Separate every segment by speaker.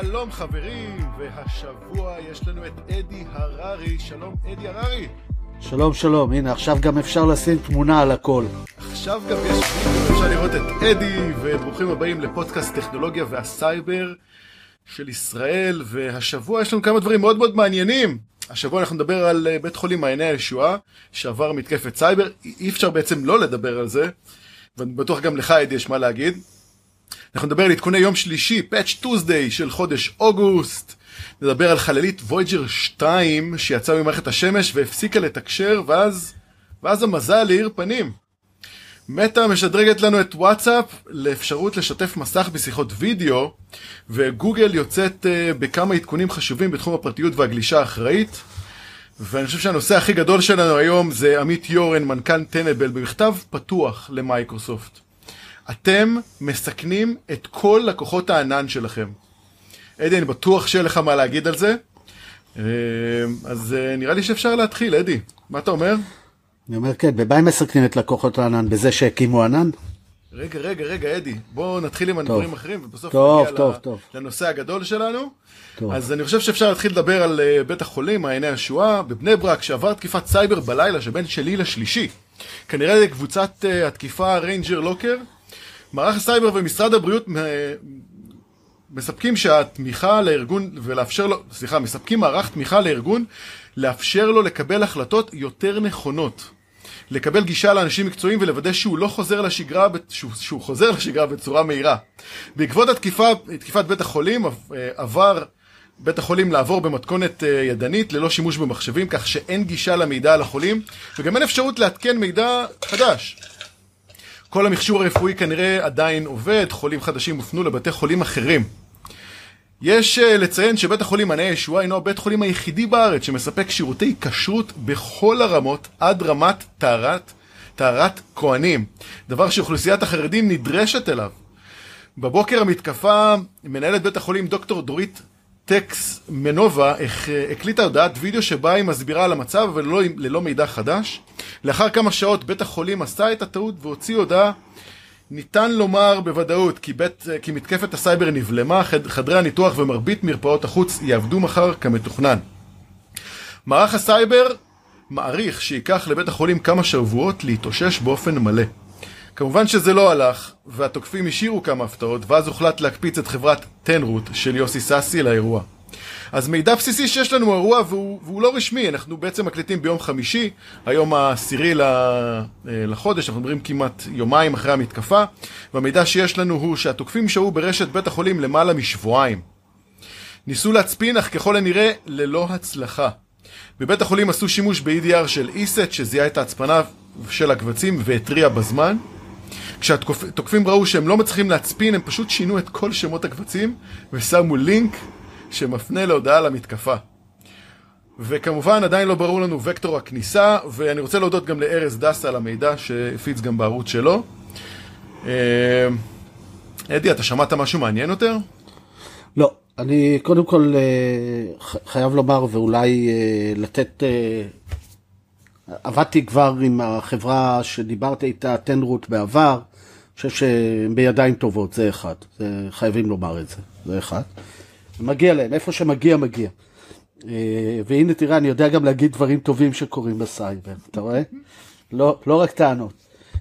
Speaker 1: שלום חברים, והשבוע יש לנו את אדי הררי. שלום אדי הררי.
Speaker 2: שלום שלום, הנה עכשיו גם אפשר לשים תמונה על הכל.
Speaker 1: עכשיו גם יש וידאו, אפשר לראות את אדי, וברוכים הבאים לפודקאסט טכנולוגיה והסייבר של ישראל. והשבוע יש לנו כמה דברים מאוד מאוד מעניינים. השבוע אנחנו נדבר על בית חולים מעייני הישועה שעבר מתקפת סייבר. אי אפשר בעצם לא לדבר על זה, ואני בטוח גם לך אדי יש מה להגיד. אנחנו נדבר על עדכוני יום שלישי, Patch Tuesday של חודש אוגוסט. נדבר על חללית Voyager 2 שיצאה ממערכת השמש והפסיקה לתקשר, ואז המזל להאיר פנים. מטא משדרגת לנו את וואטסאפ לאפשרות לשתף מסך בשיחות וידאו, וגוגל יוצאת בכמה עדכונים חשובים בתחום הפרטיות והגלישה האחראית. ואני חושב שהנושא הכי גדול שלנו היום זה עמית יורן, מנכ"ל טנבל, במכתב פתוח למייקרוסופט. אתם מסכנים את כל לקוחות הענן שלכם. אדי, אני בטוח שיהיה לך מה להגיד על זה. אז נראה לי שאפשר להתחיל, אדי. מה אתה אומר?
Speaker 2: אני אומר כן, במה הם מסכנים את לקוחות הענן? בזה שהקימו ענן?
Speaker 1: רגע, אדי. בואו נתחיל עם הדברים אחרים, ובסוף נגיע לנושא הגדול שלנו. אז אני חושב שאפשר להתחיל לדבר על בית החולים, מעייני הישועה, בבני ברק, שעבר תקיפת סייבר בלילה שבין שני לשלישי. כנראה קבוצת התקיפה ריינג'ר לוקר. מערך הסייבר ומשרד הבריאות מספקים שהתמיכה לארגון מספקים מערך תמיכה לארגון לאפשר לו לקבל החלטות יותר נכונות, לקבל גישה לאנשים מקצועיים ולוודא שהוא חוזר לשגרה בצורה מהירה. בעקבות תקיפת בית החולים עבר בית החולים לעבור במתכונת ידנית ללא שימוש במחשבים, כך שאין גישה למידע על החולים וגם אין אפשרות להתקן מידע חדש. כל המכשור הרפואי כנראה עדיין עובד, חולים חדשים הופנו לבתי חולים אחרים. יש לציין שבית החולים מעייני הישועה אינו הבית חולים היחידי בארץ שמספק שירותי כשרות בכל הרמות עד רמת טהרת כהנים, דבר שאוכלוסיית החרדים נדרשת אליו. בבוקר המתקפה, מנהלת בית החולים דוקטור דורית טקס מנובה הקליטה הודעת וידאו שבה היא מסבירה על המצב אבל ללא מידע חדש. לאחר כמה שעות בית החולים עשה את הטעות והוציא הודעה. ניתן לומר בוודאות כי מתקפת הסייבר נבלמה, חדרי הניתוח ומרבית מרפאות החוץ יעבדו מחר כמתוכנן. מערך הסייבר מעריך שיקח לבית החולים כמה שבועות להתאושש באופן מלא. כמובן שזה לא הלך, והתוקפים השאירו כמה הפתעות, ואז הוחלט להקפיץ את חברת טנרוט של יוסי סאסי לאירוע. אז מידע בסיסי שיש לנו אירוע, והוא לא רשמי, אנחנו בעצם מקליטים ביום חמישי, היום ה10 לחודש, אנחנו מדברים כמעט יומיים אחרי המתקפה, והמידע שיש לנו הוא שהתוקפים שהו ברשת בית החולים למעלה משבועיים. ניסו להצפין, אך ככל הנראה ללא הצלחה. בבית החולים עשו שימוש ב-EDR של ESET שזיהה את ההצפנה של הקבצים והטריע בזמן. כשהתוקפים ראו שהם לא מצליחים להצפין, הם פשוט שינו את כל שמות הקבצים ושמו לינק שמפנה להודעה למתקפה. וכמובן עדיין לא ברור לנו וקטור הכניסה, ואני רוצה להודות גם לארז דסה על המידע שהפיץ גם בערוץ שלו. אדי, אתה שמעת משהו מעניין יותר?
Speaker 2: לא, אני קודם כל חייב לומר ואולי לתת, עבדתי כבר עם החברה שדיברת איתה, טנרוט בעבר, אני חושב שהם בידיים טובות, זה אחד, חייבים לומר את זה, זה אחד. מגיע להם, איפה שמגיע, מגיע. והנה תראה, אני יודע גם להגיד דברים טובים שקורים בסייבר, אתה רואה? לא רק טענות.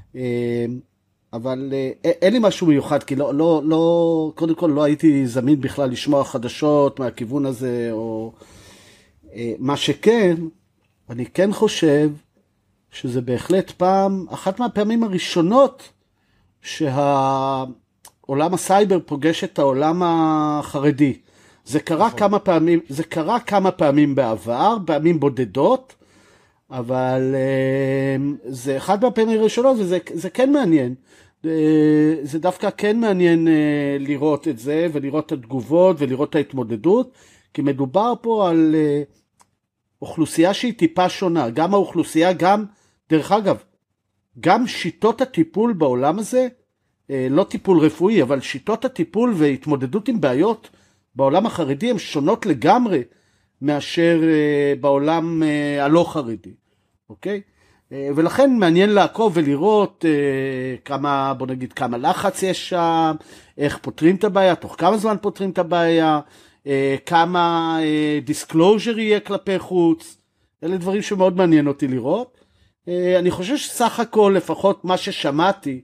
Speaker 2: אבל אין לי משהו מיוחד, כי קודם כל לא הייתי זמין בכלל לשמוע חדשות מהכיוון הזה, או מה שכן, אני כן חושב שזה בהחלט אחת מהפעמים הראשונות שהעולם הסייבר פוגש את העולם החרדי. זה קרה כמה פעמים בעבר, פעמים בודדות, אבל זה אחד מהפעמים הראשונות, וזה כן מעניין. זה דווקא כן מעניין לראות את זה, ולראות את התגובות, ולראות את ההתמודדות, כי מדובר פה על אוכלוסייה שהיא טיפה שונה. גם האוכלוסייה, דרך אגב, גם שיטות הטיפול בעולם הזה, לא טיפול רפואי, אבל שיטות הטיפול והתמודדות עם בעיות בעולם החרדי הן שונות לגמרי מאשר בעולם הלא חרדי, אוקיי? ולכן מעניין לעקוב ולראות כמה, בוא נגיד, כמה לחץ יש שם, איך פותרים את הבעיה, תוך כמה זמן פותרים את הבעיה, כמה דיסקלוז'ר יהיה כלפי חוץ, אלה דברים שמאוד מעניין אותי לראות. אני חושב שסך הכל, לפחות מה ששמעתי,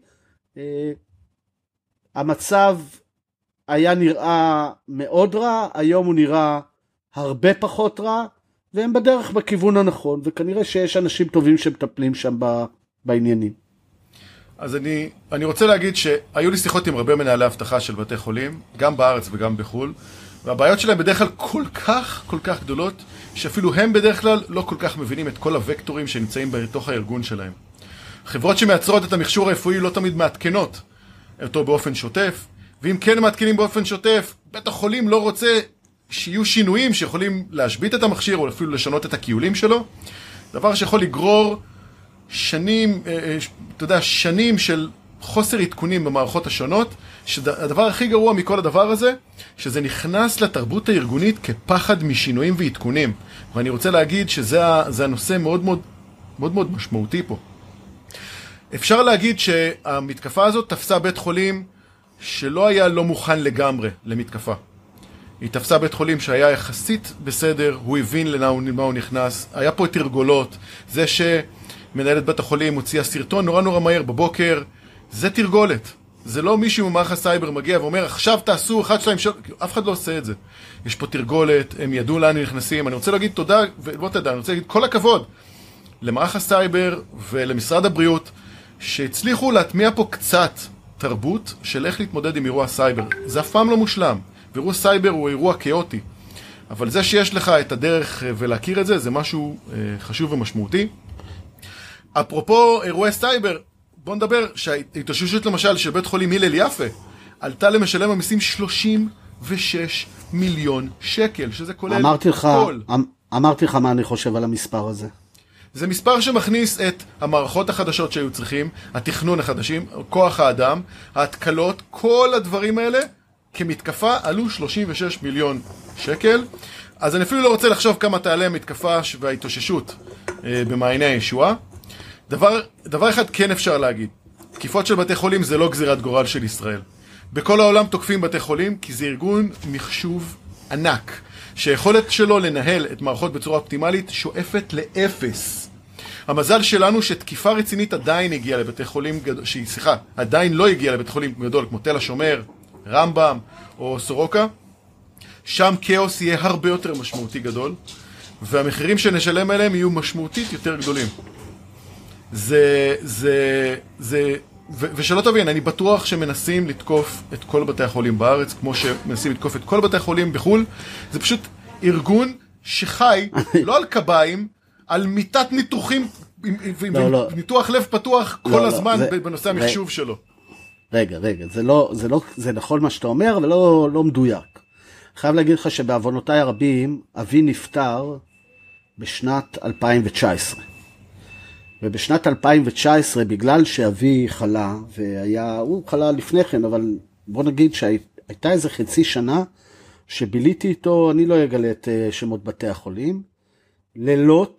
Speaker 2: המצב היה נראה מאוד רע, היום הוא נראה הרבה פחות רע, והם בדרך בכיוון הנכון, וכנראה שיש אנשים טובים שמטפלים שם בעניינים.
Speaker 1: אז אני רוצה להגיד שהיו לי שיחות עם הרבה מנהלי אבטחה של בתי חולים, גם בארץ וגם בחול, והבעיות שלהם בדרך כלל כל כך גדולות, שאפילו הם בדרך כלל לא כל כך מבינים את כל הוקטורים שנמצאים בתוך הארגון שלהם. חברות שמייצרות את המכשור הרפואי לא תמיד מעדכנות אותו באופן שוטף, ואם כן מעדכנים באופן שוטף, בית החולים לא רוצה שיהיו שינויים שיכולים להשבית את המכשיר או אפילו לשנות את הקיולים שלו, דבר שיכול לגרור שנים, שנים של חוסר עדכונים במערכות השונות, שהדבר הכי גרוע מכל הדבר הזה, שזה נכנס לתרבות הארגונית כפחד משינויים ועדכונים. ואני רוצה להגיד שזה הנושא מאוד מאוד, מאוד מאוד משמעותי פה. אפשר להגיד שהמתקפה הזאת תפסה בית חולים שלא היה לא מוכן לגמרי למתקפה. היא תפסה בית חולים שהיה יחסית בסדר, הוא הבין למה הוא נכנס, היה פה תרגולות, זה שמנהלת בית החולים הוציאה סרטון נורא מהר בבוקר, זה תרגולת. זה לא מישהו ממערך הסייבר מגיע ואומר, עכשיו תעשו 1, 2, 3, אף אחד לא עושה את זה. יש פה תרגולת, הם ידעו לאן הם נכנסים. אני רוצה להגיד תודה, ולא תדע, אני רוצה להגיד כל הכבוד למערך הסייבר ולמשרד הבריאות, שהצליחו להטמיע פה קצת תרבות של איך להתמודד עם אירוע סייבר. זה אף פעם לא מושלם. ואירוע סייבר הוא אירוע כאוטי. אבל זה שיש לך את הדרך ולהכיר את זה, זה משהו חשוב ומשמעותי. אפרופו אירועי סייבר, בוא נדבר שההתאוששות למשל של בית חולים הלל יפה, עלתה למשלם המיסים 36 מיליון שקל, שזה כולל כל.
Speaker 2: אמרתי לך מה אני חושב על המספר הזה.
Speaker 1: זה מספר שמכניס את המערכות החדשות שהיו צריכים, התכנון החדשים, כוח האדם, ההתקלות, כל הדברים האלה, כמתקפה עלו 36 מיליון שקל. אז אני אפילו לא רוצה לחשוב כמה תעלה המתקפה וההתאוששות במעייני הישועה. דבר אחד כן אפשר להגיד, תקיפות של בתי חולים זה לא גזירת גורל של ישראל. בכל העולם תוקפים בתי חולים כי זה ארגון מחשוב ענק, שהיכולת שלו לנהל את מערכות בצורה אופטימלית שואפת לאפס. המזל שלנו שתקיפה רצינית עדיין הגיעה לבתי חולים עדיין לא הגיעה לבית חולים גדול כמו תל השומר, רמב"ם או סורוקה. שם כאוס יהיה הרבה יותר משמעותי גדול, והמחירים שנשלם עליהם יהיו משמעותית יותר גדולים. ושלא תבין, אני בטוח שמנסים לתקוף את כל בתי החולים בארץ, כמו שמנסים לתקוף את כל בתי החולים בחול. זה פשוט ארגון שחי, לא על קביים, על מיטת ניתוחים, ניתוח לב פתוח כל הזמן בנושא המחשוב שלו.
Speaker 2: רגע, זה נכון מה שאתה אומר, אבל לא מדויק. חייב להגיד לך שבעוונותיי הרבים, אבי נפטר בשנת 2019. ובשנת 2019, בגלל שאבי חלה, הוא חלה לפני כן, אבל בוא נגיד שהייתה איזה חצי שנה, שביליתי איתו, אני לא אגלה את שמות בתי החולים, לילות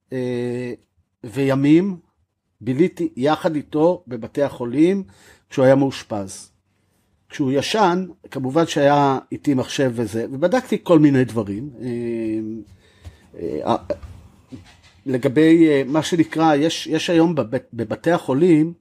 Speaker 2: וימים, ביליתי יחד איתו בבתי החולים, כשהוא היה מאושפז. כשהוא ישן, כמובן שהיה איתי מחשב וזה, ובדקתי כל מיני דברים, לגבי מה שנקרא, יש היום בבתי החולים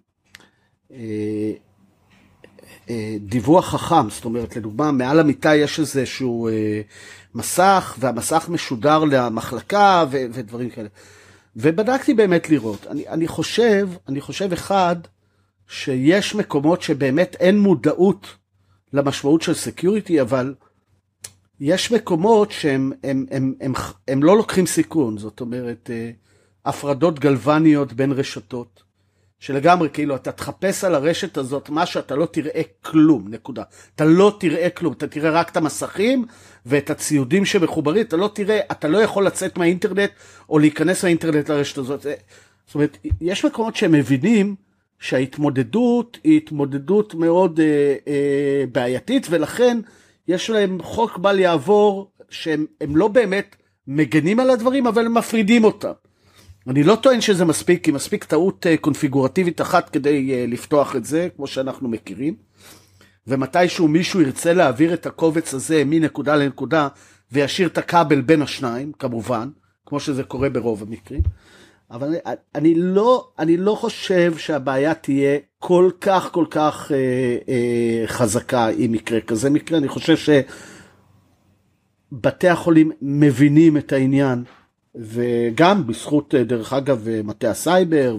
Speaker 2: דיווח חכם, זאת אומרת, לדוגמה, מעל המיטה יש איזשהו מסך, והמסך משודר למחלקה ודברים כאלה. ובדקתי באמת לראות. אני חושב אחד, שיש מקומות שבאמת אין מודעות למשמעות של סקיוריטי, אבל יש מקומות שהם לא לוקחים סיכון, זאת אומרת, הפרדות גלווניות בין רשתות, שלגמרי כאילו אתה תחפש על הרשת הזאת משהו, אתה לא תראה כלום, נקודה. אתה לא תראה כלום, אתה תראה רק את המסכים ואת הציודים שמחוברים, אתה לא יכול לצאת מהאינטרנט או להיכנס מהאינטרנט לרשת הזאת. זאת אומרת, יש מקומות שהם מבינים שההתמודדות היא התמודדות מאוד בעייתית, ולכן יש להם חוק בל יעבור שהם לא באמת מגנים על הדברים, אבל הם מפרידים אותם. אני לא טוען שזה מספיק, כי מספיק טעות קונפיגורטיבית אחת כדי לפתוח את זה, כמו שאנחנו מכירים. ומתישהו מישהו ירצה להעביר את הקובץ הזה מנקודה לנקודה, וישאיר את הכבל בין השניים, כמובן, כמו שזה קורה ברוב המקרים. אבל אני לא חושב שהבעיה תהיה כל כך חזקה עם מקרה כזה מקרה. אני חושב שבתי החולים מבינים את העניין, וגם בזכות, דרך אגב, מטה הסייבר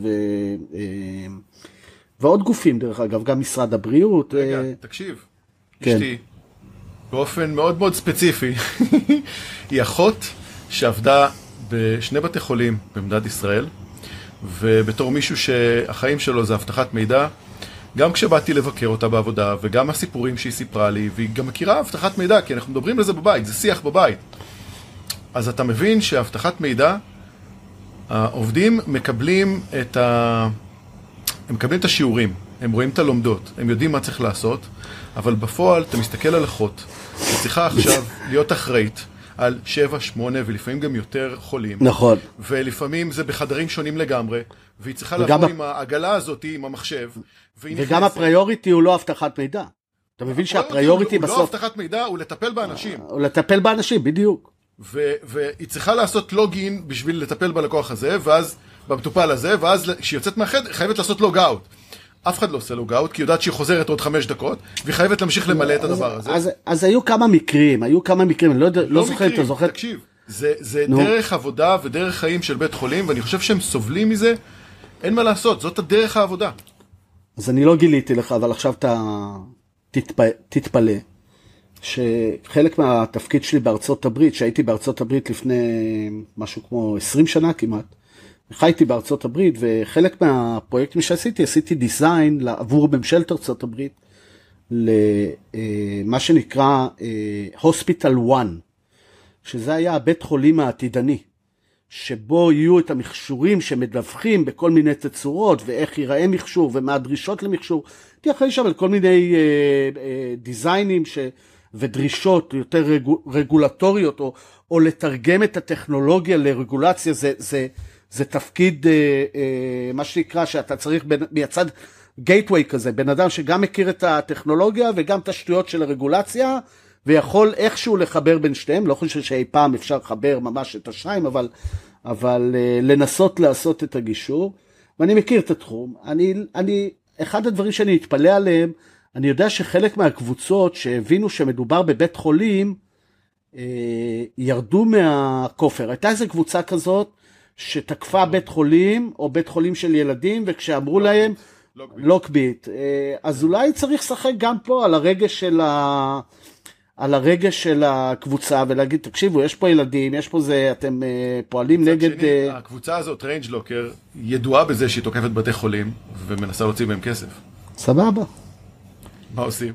Speaker 2: ועוד גופים, דרך אגב, גם משרד הבריאות.
Speaker 1: רגע, תקשיב. כן. אשתי, באופן מאוד מאוד ספציפי, היא אחות שעבדה בשני בתי חולים במדינת ישראל, ובתור מישהו שהחיים שלו זה הבטחת מידע, גם כשבאתי לבקר אותה בעבודה, וגם הסיפורים שהיא סיפרה לי, והיא גם מכירה הבטחת מידע, כי אנחנו מדברים לזה בבית, זה שיח בבית. אז אתה מבין שהבטחת מידע, העובדים מקבלים הם מקבלים את השיעורים, הם רואים את הלומדות, הם יודעים מה צריך לעשות, אבל בפועל אתה מסתכל על אחות, היא צריכה עכשיו להיות אחראית על 7, 8 ולפעמים גם יותר חולים.
Speaker 2: נכון.
Speaker 1: ולפעמים זה בחדרים שונים לגמרי, והיא צריכה לבוא עם העגלה הזאת, עם המחשב.
Speaker 2: וגם הפריוריטי הוא לא הבטחת מידע. אתה מבין שהפריוריטי בסוף...
Speaker 1: הוא לא הבטחת מידע, הוא לטפל באנשים.
Speaker 2: הוא לטפל באנשים, בדיוק.
Speaker 1: והיא צריכה לעשות לוגין בשביל לטפל בלקוח הזה, ואז במטופל הזה, ואז כשהיא יוצאת מהחדר, חייבת לעשות לוג אאוט. אף אחד לא עושה לוג אאוט, כי יודעת שהיא חוזרת עוד 5 דקות, והיא חייבת להמשיך למלא את הדבר הזה.
Speaker 2: אז היו כמה מקרים, אני לא זוכר, אתה זוכר?
Speaker 1: תקשיב, זה דרך עבודה ודרך חיים של בית חולים, ואני חושב שהם סובלים מזה, אין מה לעשות, זאת הדרך העבודה.
Speaker 2: אז אני לא גיליתי לך, אבל עכשיו אתה תתפלא, שחלק מהתפקיד שלי בארצות הברית, שהייתי בארצות הברית לפני משהו כמו 20 שנה כמעט, חייתי בארצות הברית, וחלק מהפרויקטים שעשיתי, עשיתי דיזיין עבור ממשלת ארצות הברית, למה שנקרא Hospital One, שזה היה הבית חולים העתידני, שבו יהיו את המכשורים שמדווחים בכל מיני תצורות, ואיך ייראה מכשור, ומה הדרישות למכשור. הייתי אחרי שם על כל מיני דיזיינים ודרישות יותר רגולטוריות, או לתרגם את הטכנולוגיה לרגולציה, זה תפקיד, מה שנקרא, שאתה צריך מהצד גייטווי כזה, בן אדם שגם מכיר את הטכנולוגיה וגם את השטויות של הרגולציה, ויכול איכשהו לחבר בין שתיהם, לא חושב שאי פעם אפשר לחבר ממש את השניים, אבל לנסות לעשות את הגישור, ואני מכיר את התחום. אחד הדברים שאני אתפלא עליהם, אני יודע שחלק מהקבוצות שהבינו שמדובר בבית חולים, ירדו מהכופר. הייתה איזו קבוצה כזאת, שתקפה בית חולים, או בית חולים של ילדים, וכשאמרו להם, לוקביט. אז אולי צריך לשחק גם פה על הרגש של הקבוצה, ולהגיד, תקשיבו, יש פה ילדים, יש פה זה, אתם פועלים נגד...
Speaker 1: הקבוצה הזאת, ריינג' לוקר, ידועה בזה שהיא תוקפת בתי חולים, ומנסה להוציא מהם כסף.
Speaker 2: סבבה.
Speaker 1: מה עושים?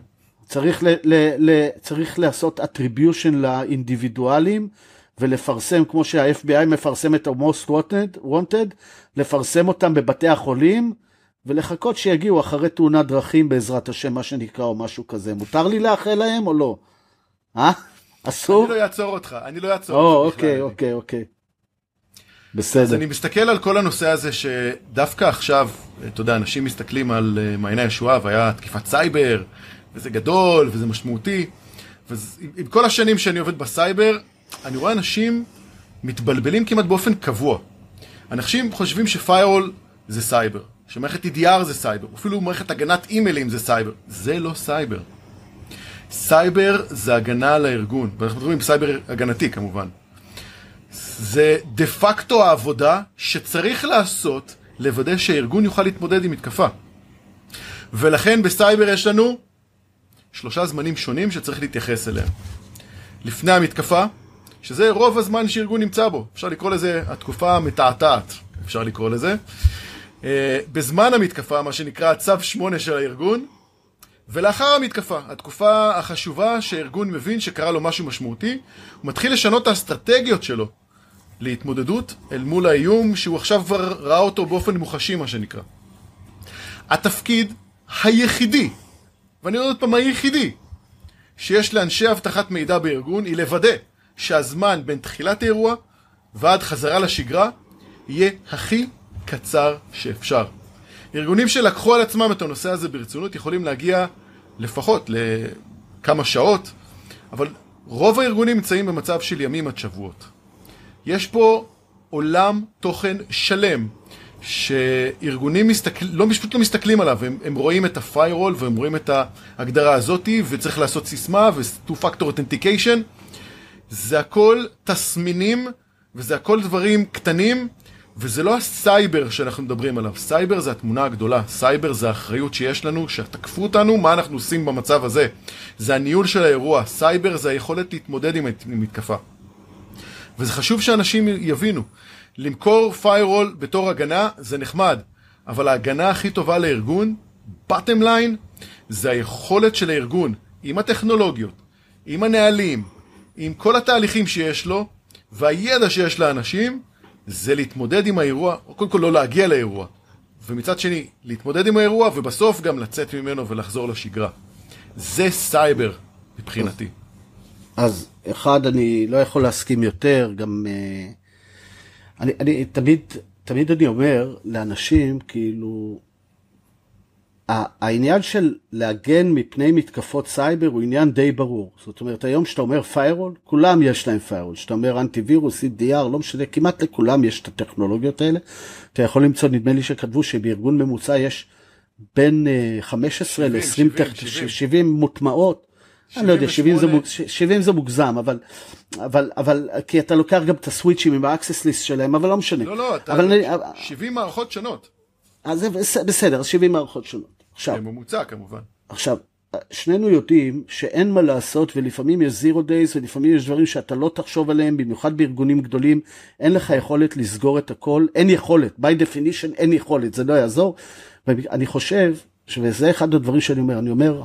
Speaker 2: צריך לעשות attribution לאינדיבידואלים, ולפרסם, כמו שה-FBI מפרסם את ה-Most Wanted, לפרסם אותם בבתי החולים, ולחכות שיגיעו אחרי תאונת דרכים בעזרת השם, מה שנקרא, או משהו כזה. מותר לי לאחל להם או לא? אסור?
Speaker 1: אני לא אעצור אותך, אני לא אעצור אותך.
Speaker 2: אוקיי. בסדר.
Speaker 1: אז אני מסתכל על כל הנושא הזה, שדווקא עכשיו, אתה יודע, אנשים מסתכלים על מעייני הישועה, והיה תקיפת סייבר, וזה גדול, וזה משמעותי, ועם כל השנים שאני עובד בסייבר, אני רואה אנשים מתבלבלים כמעט באופן קבוע. אנשים חושבים שפיירול זה סייבר, שמערכת EDR זה סייבר, אפילו מערכת הגנת אימיילים זה סייבר. זה לא סייבר. סייבר זה הגנה על הארגון, ואנחנו מדברים סייבר הגנתי כמובן. זה דה פקטו העבודה שצריך לעשות לוודא שהארגון יוכל להתמודד עם מתקפה. ולכן בסייבר יש לנו 3 זמנים שונים שצריך להתייחס אליהם. לפני המתקפה, שזה רוב הזמן שארגון נמצא בו. אפשר לקרוא לזה התקופה המתעתעת, אפשר לקרוא לזה. בזמן המתקפה, מה שנקרא צו 8 של הארגון, ולאחר המתקפה, התקופה החשובה שהארגון מבין שקרה לו משהו משמעותי, הוא מתחיל לשנות את האסטרטגיות שלו להתמודדות אל מול האיום שהוא עכשיו כבר ראה אותו באופן מוחשי, מה שנקרא. התפקיד היחידי, ואני אומר עוד פעם היחידי, שיש לאנשי הבטחת מידע בארגון, היא לוודא שהזמן בין תחילת האירוע ועד חזרה לשגרה יהיה הכי קצר שאפשר. ארגונים שלקחו על עצמם את הנושא הזה ברצינות יכולים להגיע לפחות לכמה שעות, אבל רוב הארגונים נמצאים במצב של ימים עד שבועות. יש פה עולם תוכן שלם, שארגונים לא מסתכלים עליו, הם רואים את ה-firewall והם רואים את ההגדרה הזאת, וצריך לעשות סיסמה ו-2-factor authentication. זה הכל תסמינים, וזה הכל דברים קטנים, וזה לא הסייבר שאנחנו מדברים עליו. סייבר זה התמונה הגדולה, סייבר זה האחריות שיש לנו, שתקפו אותנו, מה אנחנו עושים במצב הזה. זה הניהול של האירוע, סייבר זה היכולת להתמודד עם מתקפה. וזה חשוב שאנשים יבינו, למכור firewall בתור הגנה זה נחמד, אבל ההגנה הכי טובה לארגון, bottom line, זה היכולת של הארגון, עם הטכנולוגיות, עם הנהלים, עם כל התהליכים שיש לו, והידע שיש לאנשים, זה להתמודד עם האירוע, או קודם כל לא להגיע לאירוע, ומצד שני, להתמודד עם האירוע, ובסוף גם לצאת ממנו ולחזור לשגרה. זה סייבר מבחינתי.
Speaker 2: אז אחד, אני לא יכול להסכים יותר, גם אני תמיד אני אומר לאנשים, כאילו, העניין של להגן מפני מתקפות סייבר הוא עניין די ברור. זאת אומרת, היום שאתה אומר firewall, כולם יש להם firewall. שאתה אומר אנטיווירוס, EDR, לא משנה, כמעט לכולם יש את הטכנולוגיות האלה. אתה יכול למצוא, נדמה לי שכתבו שבארגון ממוצע יש בין 15 ל-20, 70 מוטמעות. אני לא יודע, 70 זה מוגזם, אבל כי אתה לוקח גם את הסוויצ'ים עם האקסס ליסט שלהם, אבל לא משנה.
Speaker 1: לא, 70 מערכות שונות.
Speaker 2: אז זה בסדר, 70 מערכות שונות.
Speaker 1: זה ממוצע כמובן.
Speaker 2: עכשיו, שנינו יודעים שאין מה לעשות, ולפעמים יש zero days, ולפעמים יש דברים שאתה לא תחשוב עליהם, במיוחד בארגונים גדולים, אין לך יכולת לסגור את הכל, אין יכולת, by definition אין יכולת, זה לא יעזור, ואני חושב, וזה אחד הדברים שאני אומר, אני אומר,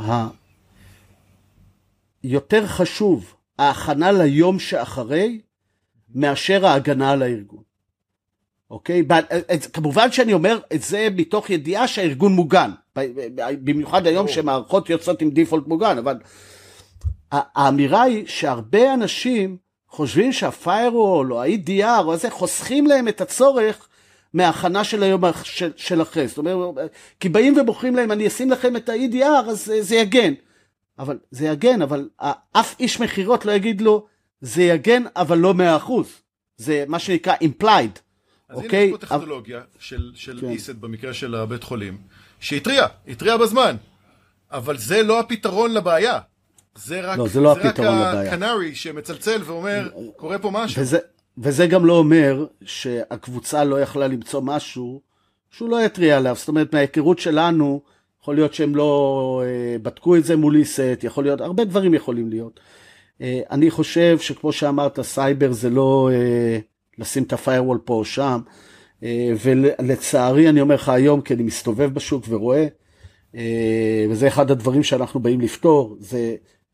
Speaker 2: יותר חשוב ההכנה ליום שאחרי, מאשר ההגנה על הארגון. אוקיי? כמובן שאני אומר את זה מתוך ידיעה שהארגון מוגן, במיוחד היום שמערכות יוצאות עם דיפולט מוגן, אבל האמירה היא שהרבה אנשים חושבים שהפיירול או ה-EDR או זה חוסכים להם את הצורך מההכנה של היום של אחרי. זאת אומרת, כי באים ובוחרים להם, אני אשים לכם את ה-EDR, אז זה יגן. אבל זה יגן, אבל אף איש מחירות לא יגיד לו, זה יגן, אבל לא 100%. זה מה שנקרא implied.
Speaker 1: אז הנה יש פה טכנולוגיה של איסט במקרה של הבית חולים, שהטריעה בזמן, אבל זה לא הפתרון לבעיה. זה רק הקנרי שמצלצל ואומר, קורה פה משהו.
Speaker 2: וזה גם לא אומר שהקבוצה לא יכלה למצוא משהו שהוא לא יטריע עליו. זאת אומרת, מההיכרות שלנו, יכול להיות שהם לא בדקו את זה מול איסט, יכול להיות, הרבה דברים יכולים להיות. אני חושב שכמו שאמרת, סייבר זה לא לשים את הפיירוול פה או שם, ולצערי אני אומר לך היום, כי אני מסתובב בשוק ורואה, וזה אחד הדברים שאנחנו באים לפתור, זה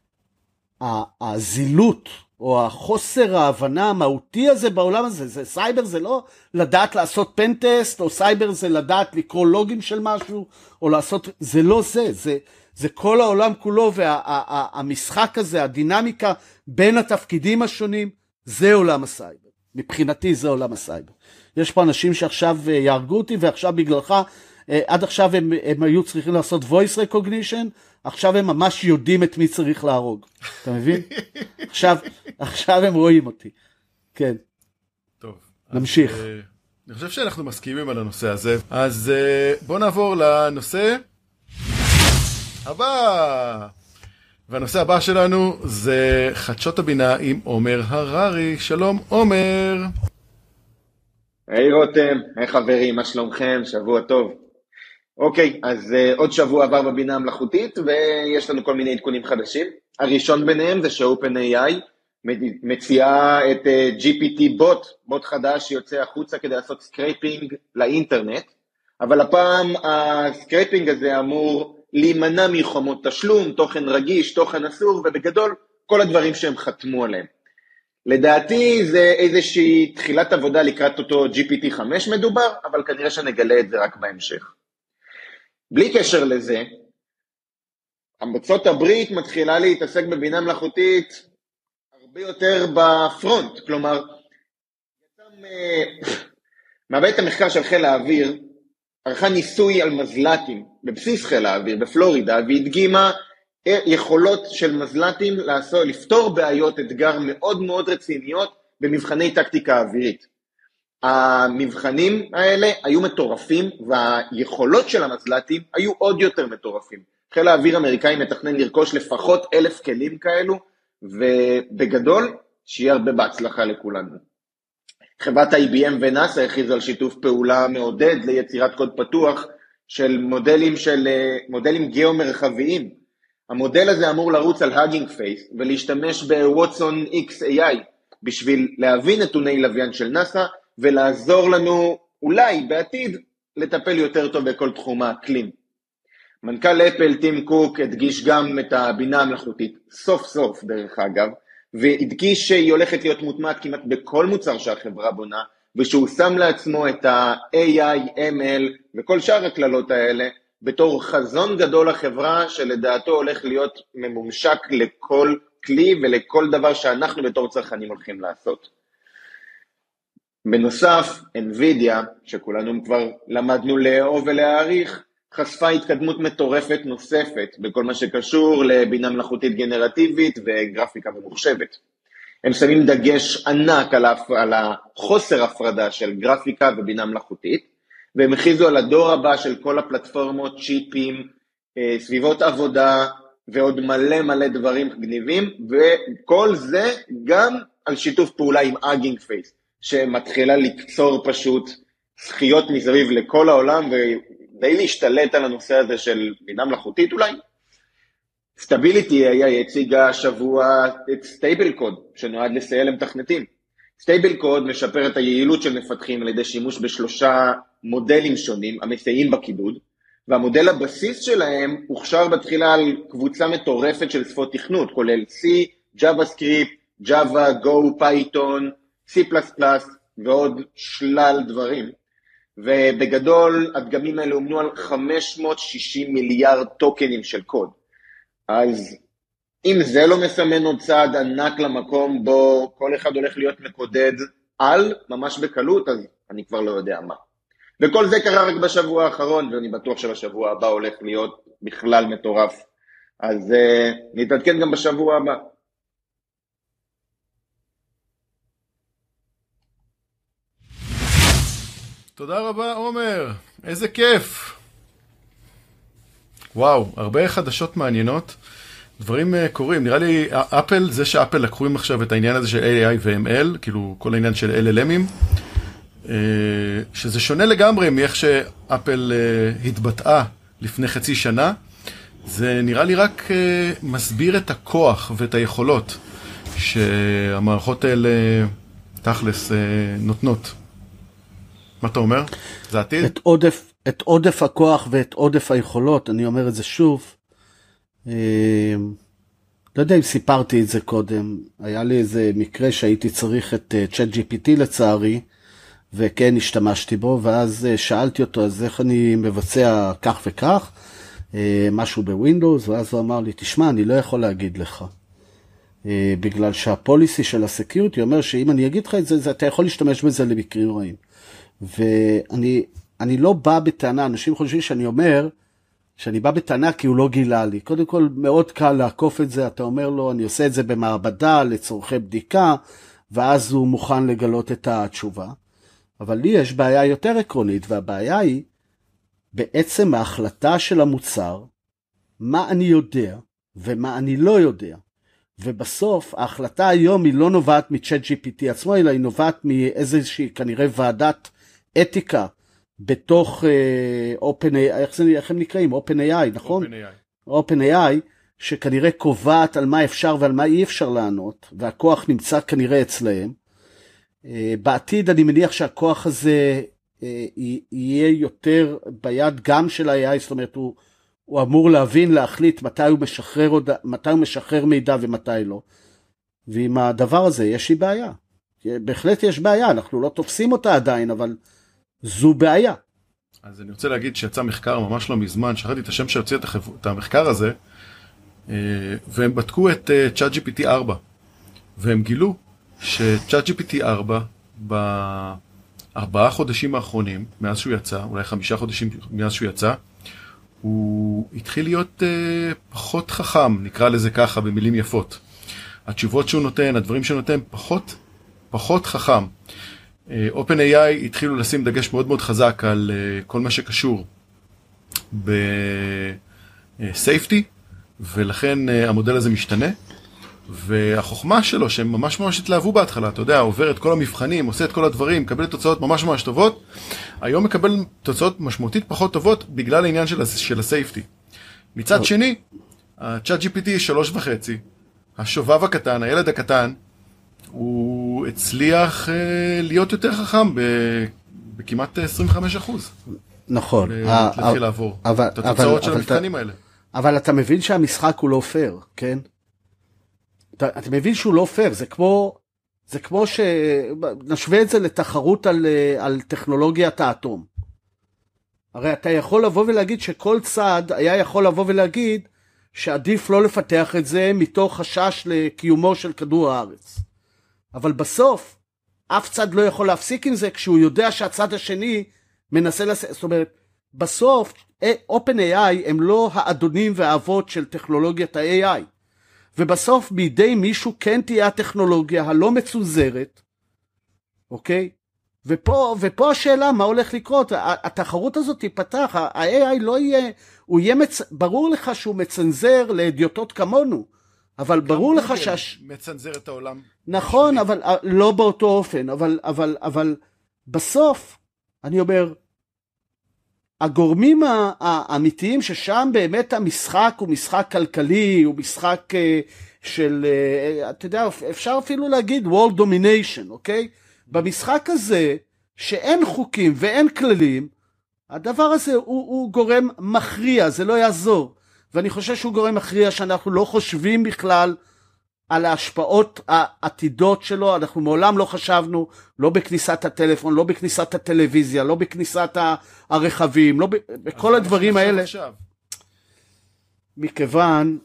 Speaker 2: הזילות, או החוסר ההבנה המהותי הזה בעולם הזה. זה סייבר זה לא לדעת לעשות פנטסט, או סייבר זה לדעת לקרוא לוגים של משהו, או לעשות, זה לא זה כל העולם כולו, והמשחק הזה, הדינמיקה בין התפקידים השונים, זה עולם הסייבר. מבחינתי זה עולם הסייבר. יש פה אנשים שעכשיו יהרגו אותי, ועכשיו בגללך, עד עכשיו הם היו צריכים לעשות voice recognition, עכשיו הם ממש יודעים את מי צריך להרוג. אתה מבין? עכשיו הם רואים אותי. כן.
Speaker 1: טוב.
Speaker 2: נמשיך.
Speaker 1: אני חושב שאנחנו מסכימים על הנושא הזה. אז בואו נעבור לנושא הבא. והנושא הבא שלנו זה חדשות הבינה עם עומר הררי. שלום עומר.
Speaker 3: היי רותם, היי חברים, מה שלומכם? שבוע טוב. אוקיי, אז עוד שבוע עבר בבינה המלאכותית, ויש לנו כל מיני עדכונים חדשים. הראשון ביניהם זה ש-OpenAI מציעה את GPT בוט חדש שיוצא החוצה כדי לעשות סקרייפינג לאינטרנט, אבל הפעם הסקרייפינג הזה אמור להימנע מחומות תשלום, תוכן רגיש, תוכן אסור, ובגדול כל הדברים שהם חתמו עליהם. לדעתי זה איזושהי תחילת עבודה לקראת אותו GPT-5 מדובר, אבל כנראה שנגלה את זה רק בהמשך. בלי קשר לזה, ארצות הברית מתחילה להתעסק בבינה מלאכותית הרבה יותר בפרונט, כלומר, מהבית המחקר של חיל האוויר, ערכה ניסוי על מזל"טים בבסיס חיל האוויר בפלורידה, והדגימה יכולות של מזל"טים לפתור בעיות אתגר מאוד מאוד רציניות במבחני טקטיקה אווירית. המבחנים האלה היו מטורפים, והיכולות של המזל"טים היו עוד יותר מטורפים. חיל האוויר האמריקאי מתכנן לרכוש לפחות 1,000 כלים כאלו, ובגדול שיהיה הרבה בהצלחה לכולנו. חברת IBM ונאס"א הכריזו על שיתוף פעולה מעודד ליצירת קוד פתוח של מודלים גיאומרחביים. המודל הזה אמור לרוץ על הגינג פייס ולהשתמש בווטסון XAI בשביל להבין נתוני לוויין של נאס"א ולעזור לנו אולי בעתיד לטפל יותר טוב בכל תחום האקלים. מנכ"ל אפל טים קוק הדגיש גם את הבינה המלאכותית, סוף סוף דרך אגב, והדגיש שהיא הולכת להיות מוטמעת כמעט בכל מוצר שהחברה בונה, ושהוא שם לעצמו את ה-AI, ML וכל שאר הכללות האלה, בתור חזון גדול לחברה שלדעתו הולך להיות ממומשק לכל כלי ולכל דבר שאנחנו בתור צרכנים הולכים לעשות. בנוסף, NVIDIA, שכולנו כבר למדנו לאהוב ולהעריך, חשפה התקדמות מטורפת נוספת בכל מה שקשור לבינה מלאכותית גנרטיבית וגרפיקה ממוחשבת. הם שמים דגש ענק על החוסר הפרדה של גרפיקה ובינה מלאכותית, והם הכריזו על הדור הבא של כל הפלטפורמות, צ'יפים, סביבות עבודה ועוד מלא מלא דברים גניבים, וכל זה גם על שיתוף פעולה עם הגינג פייס, שמתחילה לקצור פשוט זכיות מסביב לכל העולם, ודי להשתלט על הנושא הזה של בינה מלאכותית אולי. סטביליטי הציגה השבוע את סטייבל קוד, שנועד לסייע למתכנתים. סטייבל קוד משפר את היעילות של מפתחים על ידי שימוש בשלושה מודלים שונים המסייעים בקידוד, והמודל הבסיס שלהם הוכשר בתחילה על קבוצה מטורפת של שפות תכנות, כולל C, JavaScript, Java, Go, Python, C++ ועוד שלל דברים. ובגדול הדגמים האלה אומנו על 560 מיליארד טוקנים של קוד. אז אם זה לא מסמן עוד צעד ענק למקום בו כל אחד הולך להיות מקודד ממש בקלות, אז אני כבר לא יודע מה. וכל זה קרה רק בשבוע האחרון, ואני בטוח שבשבוע הבא הולך להיות בכלל מטורף. אז נתעדכן גם בשבוע הבא.
Speaker 1: תודה רבה עומר, איזה כיף. וואו, הרבה חדשות מעניינות, דברים קורים. נראה לי אפל, זה שאפל לקחו עכשיו את העניין הזה של AI ו-ML, כאילו כל העניין של LLMים, שזה שונה לגמרי מאיך שאפל התבטאה לפני חצי שנה. זה נראה לי רק מסביר את הכוח ואת היכולות שהמערכות האלה תכלס נותנות. מה אתה אומר? זה עתיד?
Speaker 2: את עודף הכוח ואת עודף היכולות, אני אומר את זה שוב. לא יודע אם סיפרתי את זה קודם, היה לי איזה מקרה שהייתי צריך את ChatGPT לצערי, וכן השתמשתי בו, ואז שאלתי אותו, אז איך אני מבצע כך וכך, משהו בווינדוס, ואז הוא אמר לי, תשמע, אני לא יכול להגיד לך. בגלל שהפוליסי של הסקיוריטי אומר שאם אני אגיד לך את זה, אתה יכול להשתמש בזה למקרים רעים. ואני לא בא בטענה, אנשים חושבים שאני אומר, שאני בא בטענה כי הוא לא גילה לי. קודם כל, מאוד קל לעקוף את זה, אתה אומר לו, אני עושה את זה במעבדה לצורכי בדיקה, ואז הוא מוכן לגלות את התשובה. אבל לי יש בעיה יותר עקרונית, והבעיה היא בעצם ההחלטה של המוצר, מה אני יודע ומה אני לא יודע. ובסוף ההחלטה היום היא לא נובעת מ-ChatGPT עצמו, אלא היא נובעת מאיזושהי כנראה ועדת אתיקה בתוך OpenAI, איך הם נקראים? OpenAI, נכון? OpenAI, שכנראה קובעת על מה אפשר ועל מה אי אפשר לענות, והכוח נמצא כנראה אצלהם. בעתיד אני מניח שהכוח הזה יהיה יותר ביד גם של ה-AI, זאת אומרת הוא אמור להבין, להחליט מתי הוא משחרר מידע ומתי לא. ועם הדבר הזה יש לי בעיה. בהחלט יש בעיה, אנחנו לא תופסים אותה עדיין, אבל זו בעיה.
Speaker 1: אז אני רוצה להגיד שיצא מחקר ממש לא מזמן, שכחתי את השם שהוציא את המחקר הזה, והם בדקו את ChatGPT 4, והם גילו ש-ChatGPT 4 ב4 חודשים האחרונים, מאז שהוא יצא, אולי 5 חודשים מאז שהוא יצא, הוא התחיל להיות פחות חכם, נקרא לזה ככה, במילים יפות. התשובות שהוא נותן, הדברים שהוא נותן, פחות חכם. OpenAI התחילו לשים דגש מאוד מאוד חזק על כל מה שקשור בסייפטי, ולכן המודל הזה משתנה. והחוכמה שלו, שהם ממש ממש התלהבו בהתחלה, אתה יודע, עובר את כל המבחנים, עושה את כל הדברים, מקבל תוצאות ממש ממש טובות, היום מקבל תוצאות משמעותית פחות טובות בגלל העניין של הסייפטי. מצד שני, ה-ChatGPT 3.5, השובב הקטן, הילד הקטן, הוא הצליח להיות יותר חכם בכמעט 25%.
Speaker 2: נכון.
Speaker 1: להתחיל לעבור את התוצאות של המבחנים האלה.
Speaker 2: אבל אתה מבין שהמשחק הוא לא פייר, כן? אתה מבין שהוא לא פייר, זה כמו שנשווה את זה לתחרות על טכנולוגיית האטום. הרי אתה יכול לבוא ולהגיד שכל צד היה יכול לבוא ולהגיד שעדיף לא לפתח את זה מתוך חשש לקיומו של כדור הארץ. אבל בסוף, אף צד לא יכול להפסיק עם זה כשהוא יודע שהצד השני מנסה זאת אומרת, בסוף, OpenAI הם לא האדונים והאבות של טכנולוגיית ה-AI. ובסוף בידי מישהו כן תהיה הטכנולוגיה הלא מצוזרת, אוקיי? ופה השאלה מה הולך לקרות, התחרות הזאת תיפתח, ה-AI לא יהיה, הוא יהיה ברור לך שהוא מצנזר לאדיוטות כמונו, אבל ברור לך
Speaker 1: מצנזר את העולם.
Speaker 2: נכון, אבל לא באותו אופן, אבל בסוף, אני אומר, הגורמים האמיתיים ששם באמת המשחק הוא משחק כלכלי, הוא משחק של, אתה יודע, אפשר אפילו להגיד world domination, אוקיי? במשחק הזה, שאין חוקים ואין כללים, הדבר הזה הוא גורם מכריע, זה לא יעזור. ואני חושב שהוא גורם מכריע שאנחנו לא חושבים בכלל על ההשפעות העתידות שלו, אנחנו מעולם לא חשבנו, לא בכניסת הטלפון, לא בכניסת הטלוויזיה, לא בכניסת הרכבים, לא בכל הדברים האלה. מכיוון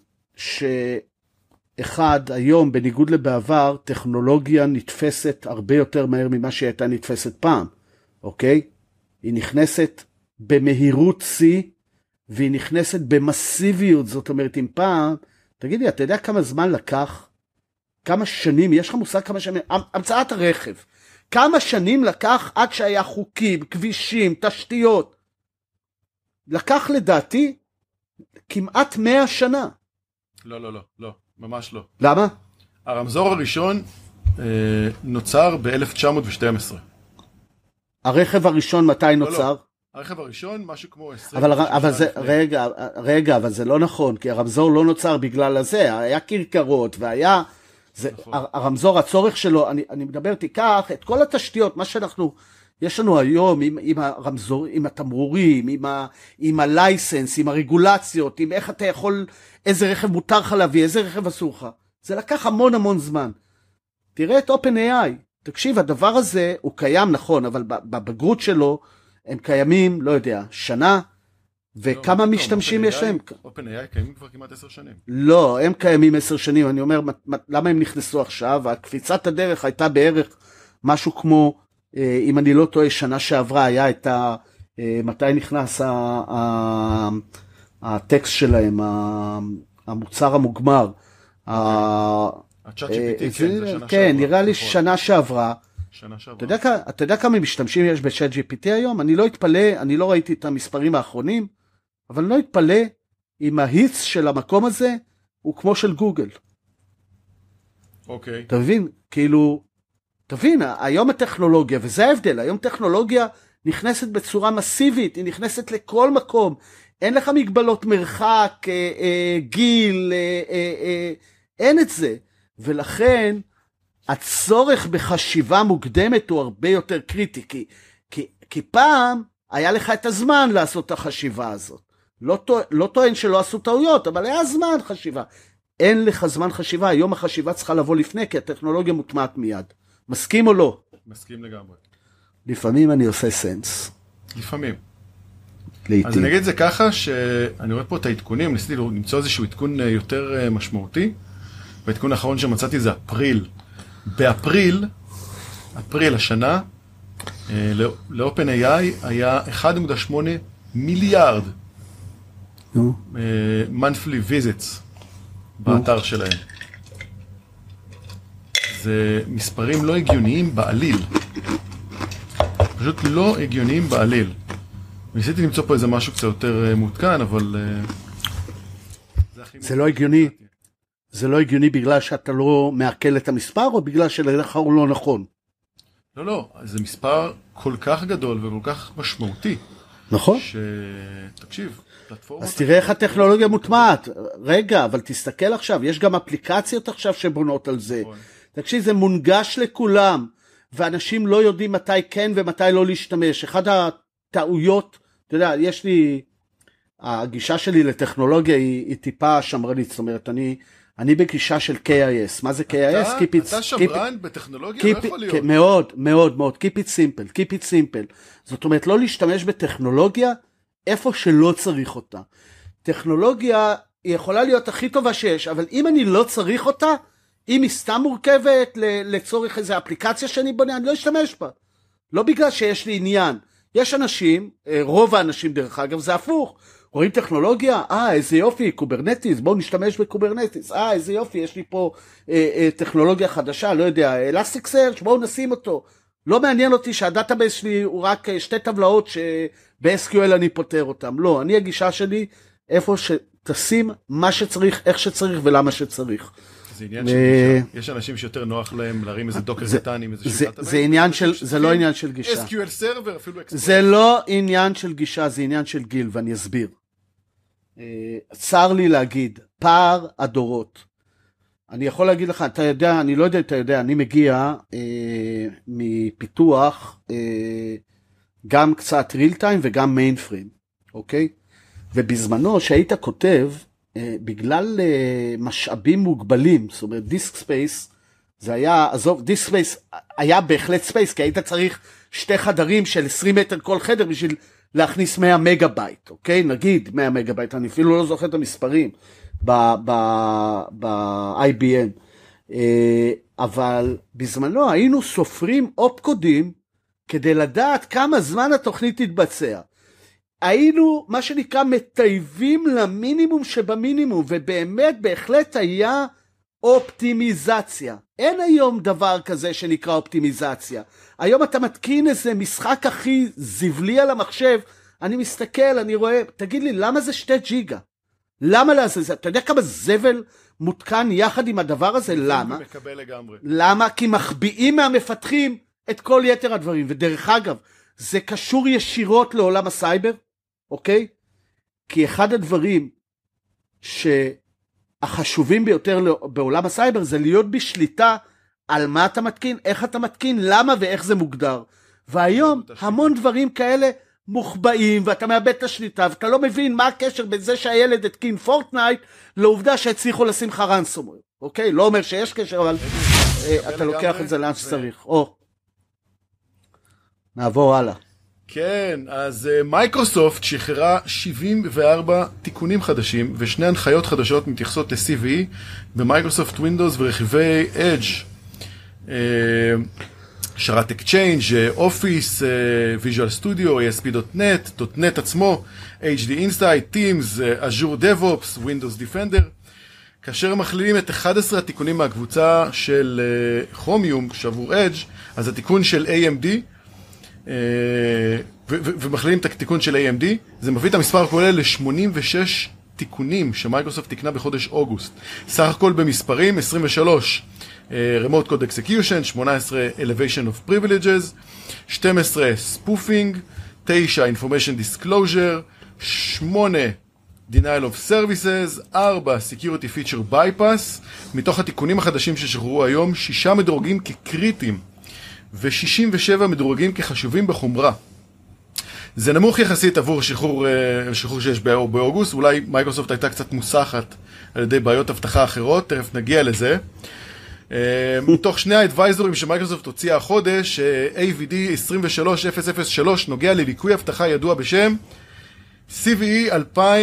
Speaker 2: שאחד, היום, בניגוד לבעבר, טכנולוגיה נתפסת הרבה יותר מהר ממה שהיא הייתה נתפסת פעם, אוקיי? היא נכנסת במהירות C, והיא נכנסת במסיביות, זאת אומרת, אם פעם, תגידי, אתה יודע כמה זמן לקח? כמה שנים, יש לך מושג כמה שנים, המצאת הרכב, כמה שנים לקח עד שהיה חוקים, כבישים, תשתיות, לקח לדעתי כמעט 100 שנה.
Speaker 1: לא, ממש לא.
Speaker 2: למה?
Speaker 1: הרמזור הראשון נוצר ב-1912.
Speaker 2: הרכב הראשון מתי נוצר?
Speaker 1: הרכב הראשון, משהו כמו 20.
Speaker 2: אבל זה, רגע, אבל זה לא נכון, כי הרמזור לא נוצר בגלל הזה, היה קרקרות והיה, נכון. הרמזור, הצורך שלו, אני מדבר, תיקח את כל התשתיות, מה שאנחנו, יש לנו היום עם הרמזור, עם התמרורים, עם הלייסנס, עם הרגולציות, עם איך אתה יכול, איזה רכב מותר לך להביא, איזה רכב אסור לך. זה לקח המון זמן. תראה את OpenAI, תקשיב, הדבר הזה הוא קיים נכון, אבל בבגרות שלו, הם קיימים, לא יודע, שנה, וכמה משתמשים יש להם?
Speaker 1: OpenAI קיימים כבר כמעט 10 שנים.
Speaker 2: לא, הם קיימים 10 שנים, אני אומר, למה הם נכנסו עכשיו? הקפיצת הדרך הייתה בערך משהו כמו, אם אני לא טועה, שנה שעברה היה את מתי נכנס הטקסט שלהם, המוצר המוגמר.
Speaker 1: ה-ChatGPT,
Speaker 2: כן, נראה לי שנה שעברה. אתה יודע כמה משתמשים יש ב-ChatGPT היום? אני לא אתפלא, אני לא ראיתי את המספרים האחרונים, אבל לא אתפלא אם ההיץ של המקום הזה הוא כמו של גוגל.
Speaker 1: אוקיי.
Speaker 2: תבין, כאילו, תבין, היום הטכנולוגיה, וזה ההבדל, היום טכנולוגיה נכנסת בצורה מסיבית, היא נכנסת לכל מקום, אין לך מגבלות מרחק, גיל, אין את זה, ולכן הצורך בחשיבה מוקדמת הוא הרבה יותר קריטי, כי פעם היה לך את הזמן לעשות את החשיבה הזאת. לא טוען שלא עשו טעויות, אבל היה זמן חשיבה. אין לך זמן חשיבה, היום החשיבה צריכה לבוא לפני, כי הטכנולוגיה מוטמעת מיד. מסכים או לא?
Speaker 1: מסכים לגמרי.
Speaker 2: לפעמים אני עושה סנס.
Speaker 1: לפעמים.
Speaker 2: לעתים.
Speaker 1: אז אני אגיד את זה ככה, שאני רואה פה את העדכונים, ניסיתי למצוא איזשהו עדכון יותר משמעותי, והעדכון האחרון שמצאתי זה אפריל. באפריל השנה, ל-OpenAI היה 1.8 מיליארד monthly visits באתר שלהם. זה מספרים לא הגיוניים בעליל. פשוט לא הגיוניים בעליל. ניסיתי למצוא פה איזה משהו קצת יותר מעודכן, אבל...
Speaker 2: זה לא הגיוני. זה לא הגיוני בגלל שאתה לא מעכל את המספר, או בגלל שלך הוא לא נכון?
Speaker 1: לא, זה מספר כל כך גדול וכל כך משמעותי.
Speaker 2: נכון.
Speaker 1: תקשיב, פלטפורמות...
Speaker 2: אז תראה איך הטכנולוגיה מוטמעת. רגע, אבל תסתכל עכשיו, יש גם אפליקציות עכשיו שבונות על זה. תקשיב, זה מונגש לכולם, ואנשים לא יודעים מתי כן ומתי לא להשתמש. אחד הטעויות, אתה יודע, יש לי... הגישה שלי לטכנולוגיה היא טיפה שמרנית, זאת אומרת, אני בגישה של KIS. מה זה KIS?
Speaker 1: אתה שמרן בטכנולוגיה? לא יכול להיות.
Speaker 2: מאוד, מאוד, מאוד. Keep it simple. זאת אומרת, לא להשתמש בטכנולוגיה איפה שלא צריך אותה. טכנולוגיה היא יכולה להיות הכי טובה שיש, אבל אם אני לא צריך אותה, אם היא סתם מורכבת לצורך איזו אפליקציה שאני בונה, אני לא אשתמש בה. לא בגלל שיש לי עניין. יש אנשים, רוב האנשים דרך אגב, זה הפוך. רואים טכנולוגיה, איזה יופי, קוברנטיס, בואו נשתמש בקוברנטיס, איזה יופי, יש לי פה טכנולוגיה חדשה, לא יודע, אלסטיק סרצ', בואו נשים אותו. לא מעניין אותי שהדאטאבייס שלי הוא רק שתי טבלאות שב-SQL אני פותר אותם. לא, אני הגישה שלי איפה שתשים מה שצריך, איך שצריך ולמה שצריך.
Speaker 1: זה עניין של גישה. יש אנשים שיותר נוח להם להרים איזה דוקר קטן עם איזה שיטת
Speaker 2: זה לא עניין של גישה.
Speaker 1: SQL סרבר, אפילו אקספרס.
Speaker 2: זה לא עניין של גישה, זה עניין של גיל, ואני אסביר. צר לי להגיד, פער הדורות. אני יכול להגיד לך, אתה יודע, אני לא יודע אם אתה יודע, אני מגיע מפיתוח גם קצת real time וגם mainframe, אוקיי? ובזמנו שהיית כותב, בגלל משאבים מוגבלים, זאת אומרת דיסק ספייס, זה היה, עזוב, דיסק ספייס היה בהחלט ספייס, כי היית צריך 2 חדרים של 20 מטר כל חדר בשביל להכניס 100 מגה בייט, אוקיי? נגיד 100 מגה בייט, אני אפילו לא זוכר את המספרים ב-IBM, אבל בזמנו היינו סופרים אופקודים כדי לדעת כמה זמן התוכנית תתבצע. היינו מה שנקרא מטייבים למינימום שבמינימום, ובאמת בהחלט היה אופטימיזציה. אין היום דבר כזה שנקרא אופטימיזציה. היום אתה מתקין איזה משחק הכי זבלי על המחשב, אני מסתכל, אני רואה, תגיד לי, למה זה 2 ג'יגה? למה לעזאזל? אתה יודע כמה זבל מותקן יחד עם הדבר הזה? למה?
Speaker 1: מקבל לגמרי.
Speaker 2: למה? כי מחביאים מהמפתחים את כל יתר הדברים. ודרך אגב, זה קשור ישירות לעולם הסייבר, אוקיי? כי אחד הדברים שהחשובים ביותר בעולם הסייבר זה להיות בשליטה על מה אתה מתקין, איך אתה מתקין, למה ואיך זה מוגדר. והיום המון דברים כאלה מוחבאים, ואתה מאבד את השליטה, ואתה לא מבין מה הקשר בין זה שהילד התקין פורטנייט, לעובדה שהצליחו לשים לך רנסומוור, אוקיי? לא אומר שיש קשר, אבל אתה לוקח את זה לאן שצריך. נעבור הלאה.
Speaker 1: כן, אז מייקרוסופט שחררה 74 תיקונים חדשים, ו2 הנחיות חדשות מתייחסות ל-CVE, במייקרוסופט ווינדוס ורכיבי Edge. שרת אקצ'יינג', אופיס, ויז'ואל סטודיו, ASP.NET, .NET עצמו, HD Insight, Teams, Azure DevOps, Windows Defender. כאשר מכלילים את 11 התיקונים מהקבוצה של Chromium שעבור Edge, אז התיקון של AMD, ומכלילים את התיקון של AMD, זה מביא את המספר הכולל ל-86 תיקונים שמייקרוסופט תקנה בחודש אוגוסט. סך הכל במספרים 23 Remote Code Execution, 18 Elevation of Privileges, 12 Spoofing, 9 Information Disclosure, 8 Denial of Services, 4 Security Feature Bypass. מתוך התיקונים החדשים ששחררו היום, 6 מדורגים כקריטיים ו-67 מדורגים כחשובים בחומרה. זה נמוך יחסית עבור שחרור שיש באוגוסט, אולי מייקרוסופט הייתה קצת מוסחת על ידי בעיות הבטחה אחרות, תכף נגיע לזה. מתוך 2 האדוויזורים שמייקרוסופט הוציאה החודש, AVD 23003 נוגע לליקוי הבטחה ידוע בשם CVE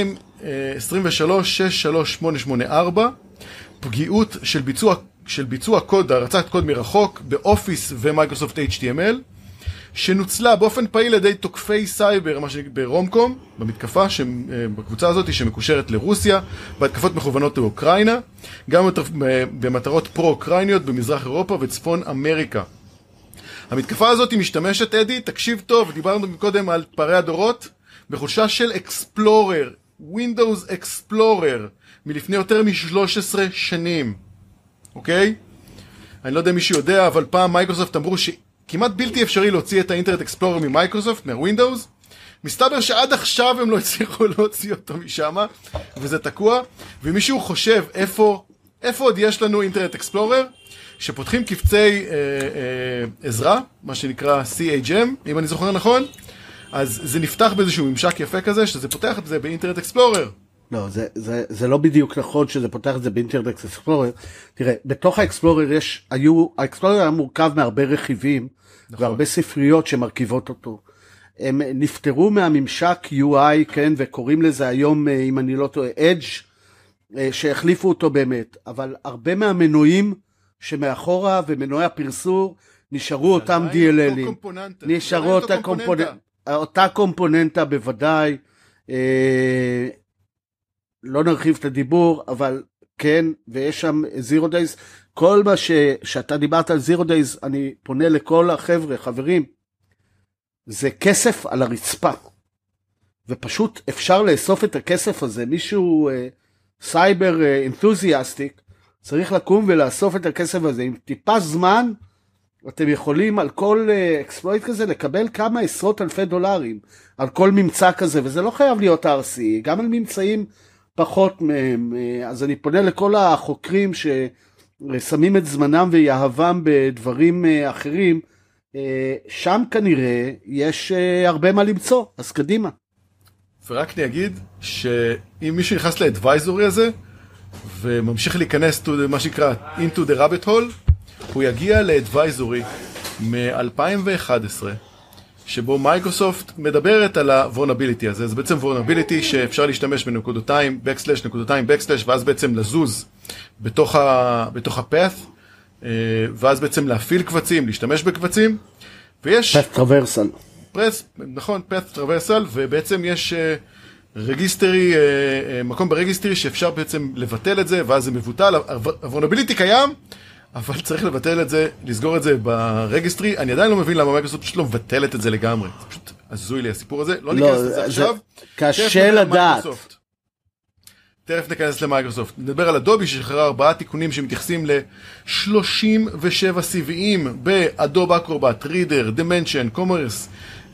Speaker 1: 2023-63884, פגיעות של ביצוע קוד, הרצת קוד מרחוק באופיס ומייקרוסופט HTML, שנוצלה באופן פעיל על ידי תוקפי סייבר, ברומקום, במתקפה, בקבוצה הזאת שמקושרת לרוסיה, בהתקפות מכוונות לאוקראינה, גם במטרות פרו-אוקראיניות במזרח אירופה וצפון אמריקה. המתקפה הזאת משתמשת, אדי, תקשיב טוב, דיברנו קודם על פערי הדורות, בחולשה של אקספלורר, Windows Explorer, מלפני יותר מ-13 שנים. אוקיי? אני לא יודע מי שיודע, אבל פעם מייקרוסופט אמרו שכמעט בלתי אפשרי להוציא את האינטרנט אקספלורר ממייקרוסופט, מהווינדוס. מסתבר שעד עכשיו הם לא הצליחו להוציא אותו משם, וזה תקוע. ומישהו חושב איפה עוד יש לנו אינטרנט אקספלורר, שפותחים קבצי עזרה, מה שנקרא CHM, אם אני זוכר נכון, אז זה נפתח באיזשהו ממשק יפה כזה, שזה פותח את זה באינטרנט אקספלורר.
Speaker 2: לא, זה לא בדיוק נכון שזה פותח את זה באינטרנט אקספלורר. תראה, בתוך האקספלורר האקספלורר היה מורכב מהרבה רכיבים, נכון. והרבה ספריות שמרכיבות אותו. הם נפטרו מהממשק UI, כן, וקוראים לזה היום, אם אני לא טועה, Edge, שהחליפו אותו באמת. אבל הרבה מהמנועים שמאחורה ומנועי הפרסור, נשארו אותם DLL'ים. נשארו אותה קומפוננטה בוודאי. לא נרחיב את הדיבור, אבל כן, ויש שם Zero Days, כל מה שאתה דיברת על Zero Days, אני פונה לכל החבר'ה, חברים, זה כסף על הרצפה, ופשוט אפשר לאסוף את הכסף הזה, מישהו סייבר אנתוזיאסטיק, צריך לקום ולאסוף את הכסף הזה, עם טיפה זמן, אתם יכולים על כל אקספלויט כזה לקבל כמה עשרות אלפי דולרים, על כל ממצא כזה, וזה לא חייב להיות RC, גם על ממצאים פחות מהם, אז אני פונה לכל החוקרים ששמים את זמנם ויהבם בדברים אחרים, שם כנראה יש הרבה מה למצוא, אז קדימה.
Speaker 1: ורק נגיד שאם מישהו נכנס לאדוויזורי הזה, וממשיך להיכנס מה שנקרא into the rabbit hole, הוא יגיע לאדוויזורי מ-2011, שבו מייקרוסופט מדברת על ה-vulnerability הזה. זה בעצם vulnerability שאפשר להשתמש בנקודותיים, נקודותיים, ואז בעצם לזוז בתוך ה-path, ואז בעצם להפעיל קבצים, להשתמש בקבצים, ויש...
Speaker 2: path traversal.
Speaker 1: נכון, path traversal, ובעצם יש רגיסטרי, מקום ברגיסטרי שאפשר בעצם לבטל את זה, ואז זה מבוטל. ה-vulnerability קיים, אבל צריך לבטל את זה, לסגור את זה ברגיסטרי. אני עדיין לא מבין למה מייקרוסופט פשוט לא מבטלת את זה לגמרי. זה פשוט הזוי לי הסיפור הזה. לא ניכנס לזה עכשיו.
Speaker 2: קשה לדעת.
Speaker 1: תכף ניכנס למייקרוסופט. נדבר על אדובי ששחררה 4 תיקונים שמתייחסים ל-37 CVE'ים באדוב אקרובט, רידר, דימנשן, קומרס,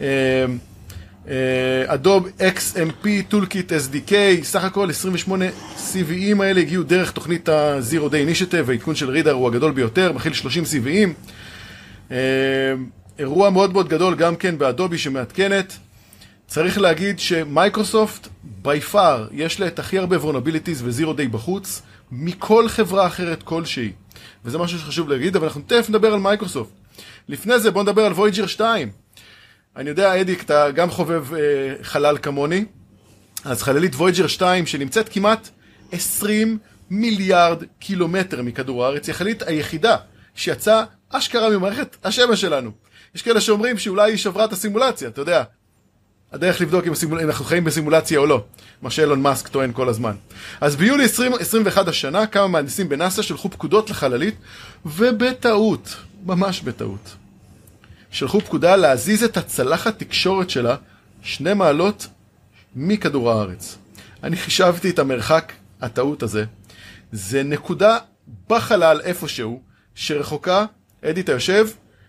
Speaker 1: אדוב XMP, טולקיט, SDK, סך הכל 28 CVE'ים האלה הגיעו דרך תוכנית ה-Zero Day Initiative, העדכון של רידר הוא הגדול ביותר, מכיל 30 CVE'ים. אירוע מאוד מאוד גדול גם כן באדובי שמעדכנת. צריך להגיד שמייקרוסופט, by far, יש לה את הכי הרבה vulnerabilities ו-Zero Day בחוץ, מכל חברה אחרת כלשהי. וזה משהו שחשוב להגיד, אבל אנחנו תכף נדבר על מייקרוסופט. לפני זה בואו נדבר על Voyager 2. אני יודע, אדיק, אתה גם חובב חלל כמוני, אז חללית Voyager 2 שנמצאת כמעט 20 מיליארד קילומטר מכדור הארץ, היא החללית היחידה שיצאה אשכרה ממערכת השמש שלנו. יש כאלה שאומרים שאולי היא שברה את הסימולציה, אתה יודע, הדרך לבדוק אם אנחנו חיים בסימולציה או לא, מה שאילון מאסק טוען כל הזמן. אז ביולי 2021 השנה, כמה מהנדסים בנאסא שלחו פקודות לחללית, ובטעות, ממש בטעות, שלחו פקודה להזיז את הצלחת תקשורת שלה 2 מעלות מכדור הארץ. אני חישבתי את המרחק, הטעות הזה. זה נקודה בחלל איפשהו, שרחוקה, אדי, אתה יושב,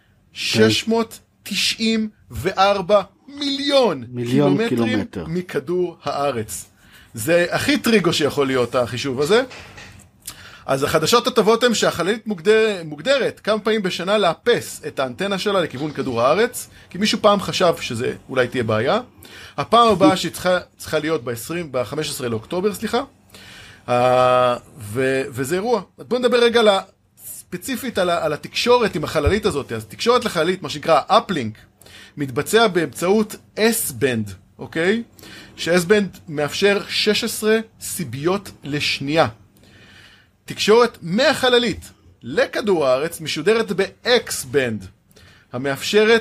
Speaker 1: 694 מיליון קילומטרים מכדור הארץ. זה הכי טריגו שיכול להיות החישוב הזה. אז החדשות הטובות הן שהחללית מוגדרת כמה פעמים בשנה לאפס את האנטנה שלה לכיוון כדור הארץ, כי מישהו פעם חשב שזה אולי תהיה בעיה. הפעם הבאה שהיא צריכה להיות ב-15 לאוקטובר, סליחה. וזה אירוע. בואו נדבר רגע ספציפית על התקשורת עם החללית הזאת. אז תקשורת לחללית, מה שנקרא אפלינק, מתבצע באמצעות S-Band, אוקיי? ש-S-Band מאפשר 16 סיביות לשנייה. תקשורת מהחללית לכדור הארץ משודרת ב-X-Band, המאפשרת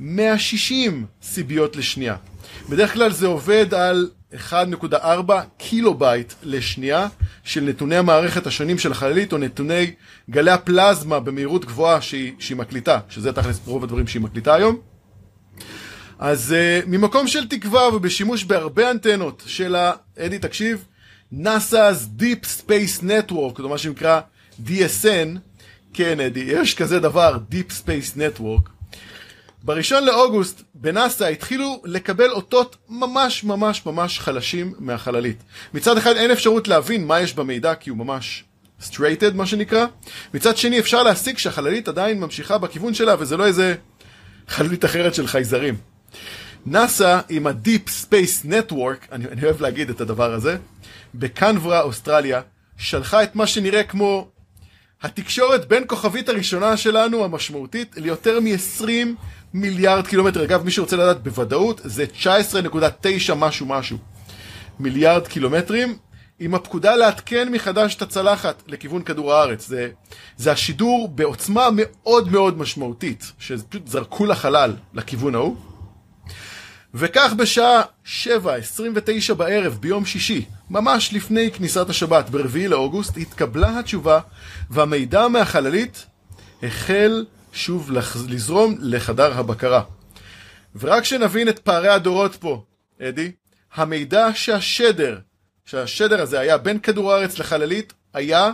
Speaker 1: 160 סיביות לשנייה. בדרך כלל זה עובד על 1.4 קילובייט לשנייה של נתוני המערכת השונים של החללית, או נתוני גלי הפלזמה במהירות גבוהה שהיא מקליטה, שזה תכלס רוב הדברים שהיא מקליטה היום. אז ממקום של תקווה ובשימוש בהרבה אנטנות של אדי, תקשיב, NASA's Deep Space Network, או מה שנקרא DSN, כן אדי, יש כזה דבר, Deep Space Network. בראשון לאוגוסט בנאסא התחילו לקבל אותות ממש ממש ממש חלשים מהחללית. מצד אחד אין אפשרות להבין מה יש במידע כי הוא ממש straighted מה שנקרא. מצד שני אפשר להסיק שהחללית עדיין ממשיכה בכיוון שלה וזה לא איזה חללית אחרת של חייזרים. נאסא עם ה-Deep Space Network, אני אוהב להגיד את הדבר הזה, בקנברה, אוסטרליה, שלחה את מה שנראה כמו התקשורת בין כוכבית הראשונה שלנו המשמעותית ליותר מ-20 מיליארד קילומטר. אגב, מי שרוצה לדעת בוודאות, זה 19.9 משהו מיליארד קילומטרים, עם הפקודה להתקן מחדש את הצלחת לכיוון כדור הארץ. זה השידור בעוצמה מאוד מאוד משמעותית, שפשוט זרקו לחלל לכיוון ההוא. וכך בשעה 7:29 בערב ביום שישי, ממש לפני כניסת השבת, ב4 לאוגוסט, התקבלה התשובה, והמידע מהחללית החל שוב לזרום לחדר הבקרה. ורק שנבין את פערי הדורות פה, אדי, המידע שהשדר הזה היה בין כדור הארץ לחללית, היה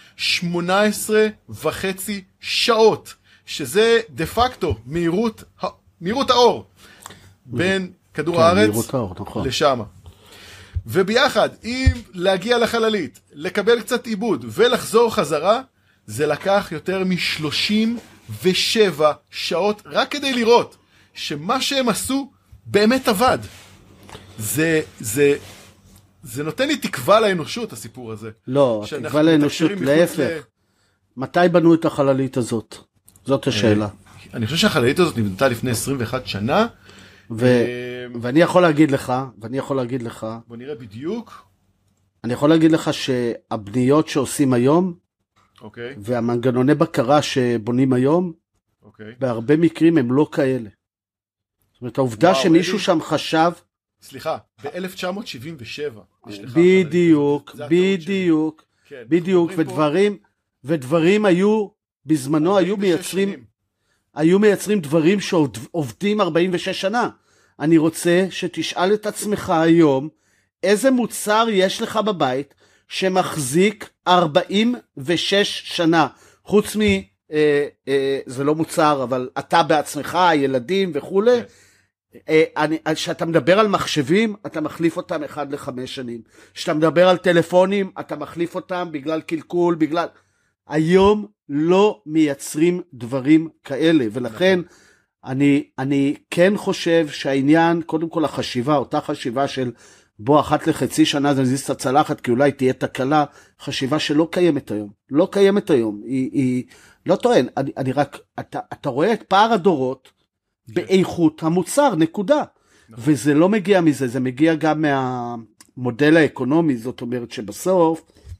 Speaker 1: 18.5 שעות, שזה דה פקטו מהירות האור. בין כדור הארץ לשם. וביחד, אם להגיע לחללית, לקבל קצת עיבוד ולחזור חזרה, זה לקח יותר מ-37 שעות רק כדי לראות שמה שהם עשו באמת עבד. זה נותן לי תקווה לאנושות, הסיפור הזה.
Speaker 2: לא, תקווה לאנושות, להפך. מתי בנו את החללית הזאת? זאת השאלה.
Speaker 1: אני חושב שהחללית הזאת נבנתה לפני 21 שנה,
Speaker 2: ואני יכול להגיד לך,
Speaker 1: בוא נראה בדיוק.
Speaker 2: אני יכול להגיד לך שהבניות שעושים היום, והמנגנוני בקרה שבונים היום, בהרבה מקרים הם לא כאלה. זאת אומרת, העובדה שמישהו שם חשב...
Speaker 1: סליחה, ב-1977.
Speaker 2: בדיוק, ודברים היו, בזמנו היו מייצרים דברים שעובדים 46 שנה. אני רוצה שתשאל את עצמך היום, איזה מוצר יש לך בבית שמחזיק 46 שנה, חוץ זה לא מוצר, אבל אתה בעצמך, הילדים וכו'. כשאתה מדבר על מחשבים, אתה מחליף אותם 1 ל-5 שנים. כשאתה מדבר על טלפונים, אתה מחליף אותם בגלל קלקול, היום לא מייצרים דברים כאלה, ולכן אני כן חושב שהעניין, קודם כל החשיבה, אותה חשיבה של בוא 1 לחצי שנה זה נזיז את הצלחת, כי אולי תהיה תקלה, חשיבה שלא קיימת היום, היא לא טוען, אני רק, אתה רואה את פער הדורות, באיכות המוצר, נקודה, וזה לא מגיע מזה, זה מגיע גם מהמודל האקונומי, זאת אומרת שבסוף,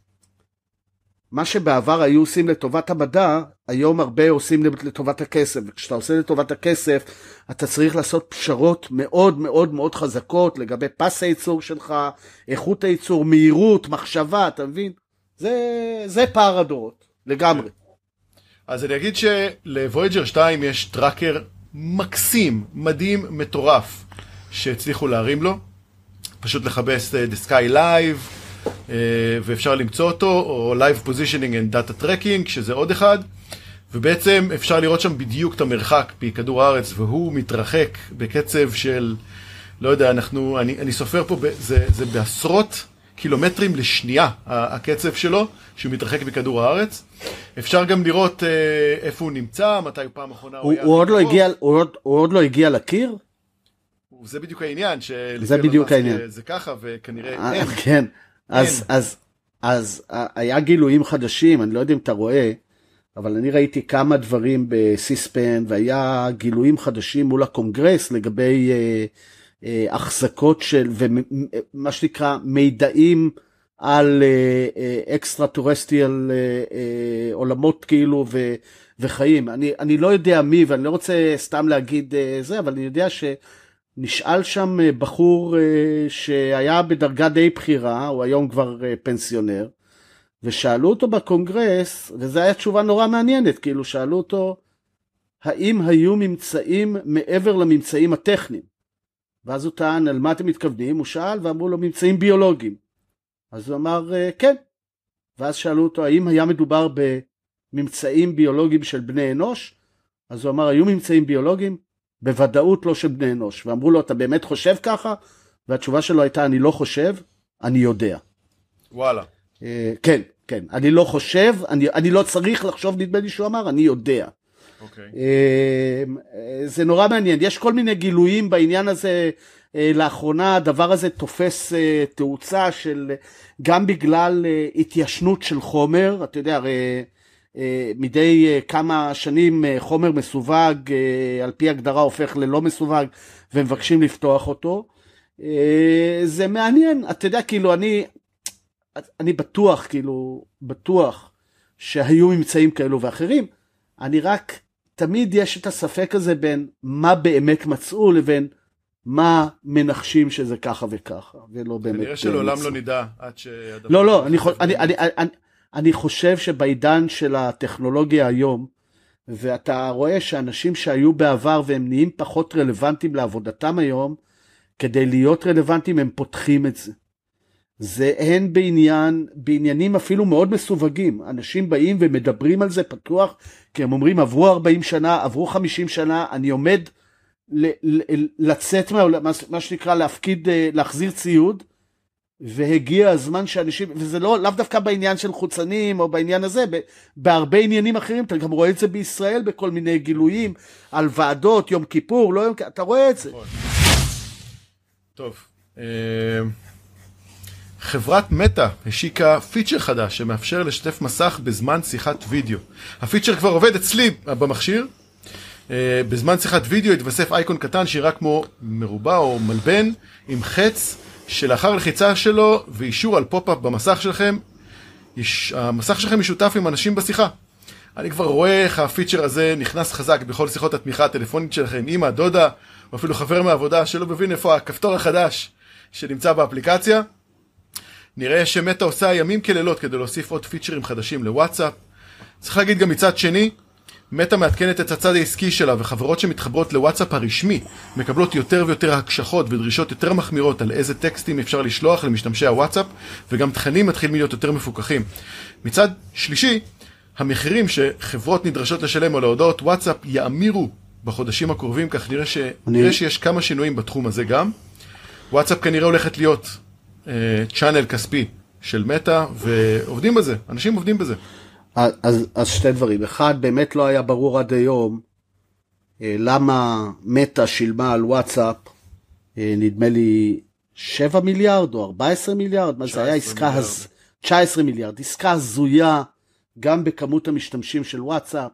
Speaker 2: מה שבעבר היו עושים לטובת המדע, היום הרבה עושים לטובת הכסף, וכשאתה עושה לטובת הכסף, אתה צריך לעשות פשרות מאוד מאוד מאוד חזקות, לגבי פס הייצור שלך, איכות הייצור, מהירות, מחשבה, אתה מבין? זה פער הדורות, לגמרי.
Speaker 1: אז אני אגיד שלווייג'ר 2 יש טראקר מקסים, מדהים, מטורף, שהצליחו להרים לו, פשוט לחפש The Sky Live, ואפשר למצוא אותו, או Live Positioning and Data Tracking, שזה עוד אחד, ובעצם אפשר לראות שם בדיוק את המרחק מכדור הארץ, והוא מתרחק בקצב של, לא יודע, אני סופר פה, זה בעשרות קילומטרים לשנייה, הקצב שלו, שהוא מתרחק מכדור הארץ. אפשר גם לראות איפה הוא נמצא, מתי הוא פעם אחרונה הוא היה...
Speaker 2: הוא עוד לא הגיע לקיר?
Speaker 1: זה בדיוק העניין,
Speaker 2: זה בדיוק העניין.
Speaker 1: זה ככה, וכנראה אין.
Speaker 2: כן. אז היה גילויים חדשים, אני לא יודע אם אתה רואה, אבל אני ראיתי כמה דברים בסיספן, והיה גילויים חדשים מול הקונגרס לגבי החזקות של, ומה שנקרא מידעים על אקסטרטורסטיאל עולמות כאילו, וחיים. אני לא יודע מי, ואני לא רוצה סתם להגיד זה, אבל אני יודע שנשאל שם בחור שהיה בדרגה די בחירה, הוא היום כבר פנסיונר, ושאלו אותו בקונגרס, וזו הייתה תשובה נורא מעניינת, כאילו שאלו אותו, האם היו ממצאים מעבר לממצאים הטכניים? ואז הוא טען, על מה אתם מתכוונים? הוא שאל, ואמרו לו, ממצאים ביולוגיים. אז הוא אמר, כן. ואז שאלו אותו, האם היה מדובר בממצאים ביולוגיים של בני אנוש? אז הוא אמר, היו ממצאים ביולוגיים? בוודאות לא של בני אנוש. ואמרו לו, אתה באמת חושב ככה? והתשובה שלו הייתה, אני לא חושב, אני יודע.
Speaker 1: וואלה.
Speaker 2: כן, כן. אני לא חושב, אני לא צריך לחשוב, נדמה לי שהוא אמר, אני יודע.
Speaker 1: אוקיי.
Speaker 2: זה נורא מעניין. יש כל מיני גילויים בעניין הזה. לאחרונה הדבר הזה תופס תאוצה של, גם בגלל התיישנות של חומר, אתה יודע, הרי מדי כמה שנים חומר מסווג, על פי הגדרה הופך ללא מסווג, ומבקשים לפתוח אותו. זה מעניין, אתה יודע, כאילו אני בטוח, כאילו, בטוח שהיו ממצאים כאלו ואחרים, אני רק, תמיד יש את הספק הזה בין מה באמת מצאו לבין מה מנחשים שזה ככה וככה, ולא באמת.
Speaker 1: כנראה שלעולם לא נדע עד שהדבר...
Speaker 2: לא, אני חושב שבעידן של הטכנולוגיה היום, ואתה רואה שאנשים שהיו בעבר והם נהיים פחות רלוונטיים לעבודתם היום, כדי להיות רלוונטיים הם פותחים את זה. זה הן בעניינים אפילו מאוד מסווגים. אנשים באים ומדברים על זה פתוח, כי הם אומרים עברו 40 שנה, עברו 50 שנה, אני עומד לצאת מה שנקרא להפקיד, להחזיר ציוד, והגיע הזמן שאנשים, וזה לאו דווקא בעניין של חוצנים או בעניין הזה, בהרבה עניינים אחרים, אתה גם רואה את זה בישראל בכל מיני גילויים, על ועדות, יום כיפור, לא, אתה רואה את זה.
Speaker 1: טוב, חברת מטא השיקה פיצ'ר חדש שמאפשר לשתף מסך בזמן שיחת וידאו. הפיצ'ר כבר עובד אצלי במכשיר. בזמן שיחת וידאו יתווסף אייקון קטן שיראה כמו מרובע או מלבן עם חץ שלאחר לחיצה שלו ואישור על פופ-אפ במסך שלכם, המסך שלכם משותף עם אנשים בשיחה. אני כבר רואה איך הפיצ'ר הזה נכנס חזק בכל שיחות התמיכה הטלפונית שלכם, אמא, דודה, או אפילו חבר מהעבודה שלא מבין איפה הכפתור החדש שנמצא באפליקציה. נראה שמטא עושה ימים כלילות כדי להוסיף עוד פיצ'רים חדשים לוואטסאפ. צריך להגיד גם מצד שני, מטא מעדכנת את הצד העסקי שלה, וחברות שמתחברות לוואטסאפ הרשמי מקבלות יותר ויותר הקשחות ודרישות יותר מחמירות על איזה טקסטים אפשר לשלוח למשתמשי הוואטסאפ, וגם תכנים מתחילים להיות יותר מפוקחים. מצד שלישי, המחירים שחברות נדרשות לשלם על ההודעות וואטסאפ יאמירו בחודשים הקרובים, כך נראה שיש כמה שינויים בתחום הזה גם. וואטסאפ כנראה הולכת להיות צ'אנל כספי של מטא, ועובדים בזה, אנשים עובדים בזה.
Speaker 2: אז שתי דברים. אחד, באמת לא היה ברור עד היום למה מטא שילמה על וואטסאפ, נדמה לי 7 מיליארד או 14 מיליארד, מה זה היה עסקה, 19 מיליארד, עסקה הזויה גם בכמות המשתמשים של וואטסאפ.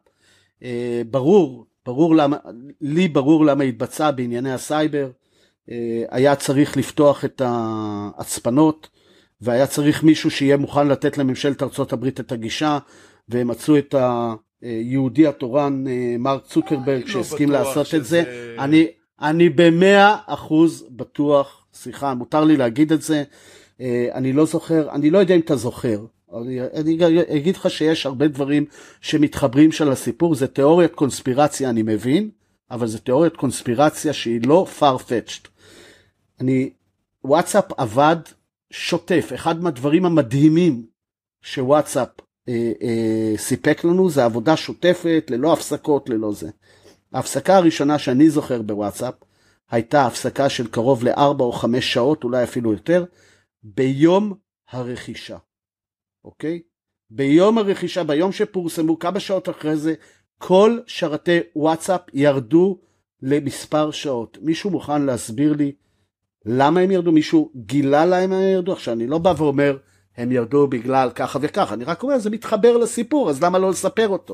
Speaker 2: ברור למה, לי ברור למה התבצע בענייני הסייבר, היה צריך לפתוח את ההצפנות, והיה צריך מישהו שיהיה מוכן לתת לממשלת ארצות הברית את הגישה, והם מצאו את היהודי התורן מרק צוקרברג שהסכים לעשות את זה. אני ב100% בטוח, סליחה, מותר לי להגיד את זה, אני לא זוכר, אני לא יודע אם אתה זוכר, אני אגיד לך שיש הרבה דברים שמתחברים של הסיפור, זה תיאוריית קונספירציה, אני מבין, אבל זה תיאוריית קונספירציה שהיא לא far-fetched. וואטסאפ עבד שוטף, אחד מהדברים המדהימים שוואטסאפ סיפק לנו, זה עבודה שוטפת, ללא הפסקות, ללא זה. ההפסקה הראשונה שאני זוכר בוואטסאפ, הייתה הפסקה של קרוב ל4 או 5 שעות, אולי אפילו יותר, ביום הרכישה. אוקיי? ביום הרכישה, ביום שפורסמו, כמה שעות אחרי זה, כל שרתי וואטסאפ ירדו למספר שעות. מישהו מוכן להסביר לי למה הם ירדו? מישהו גילה להם הם ירדו? עכשיו, אני לא בא ואומר, הם ירדו בגלל ככה וככה, אני רק אומר, זה מתחבר לסיפור, אז למה לא לספר אותו?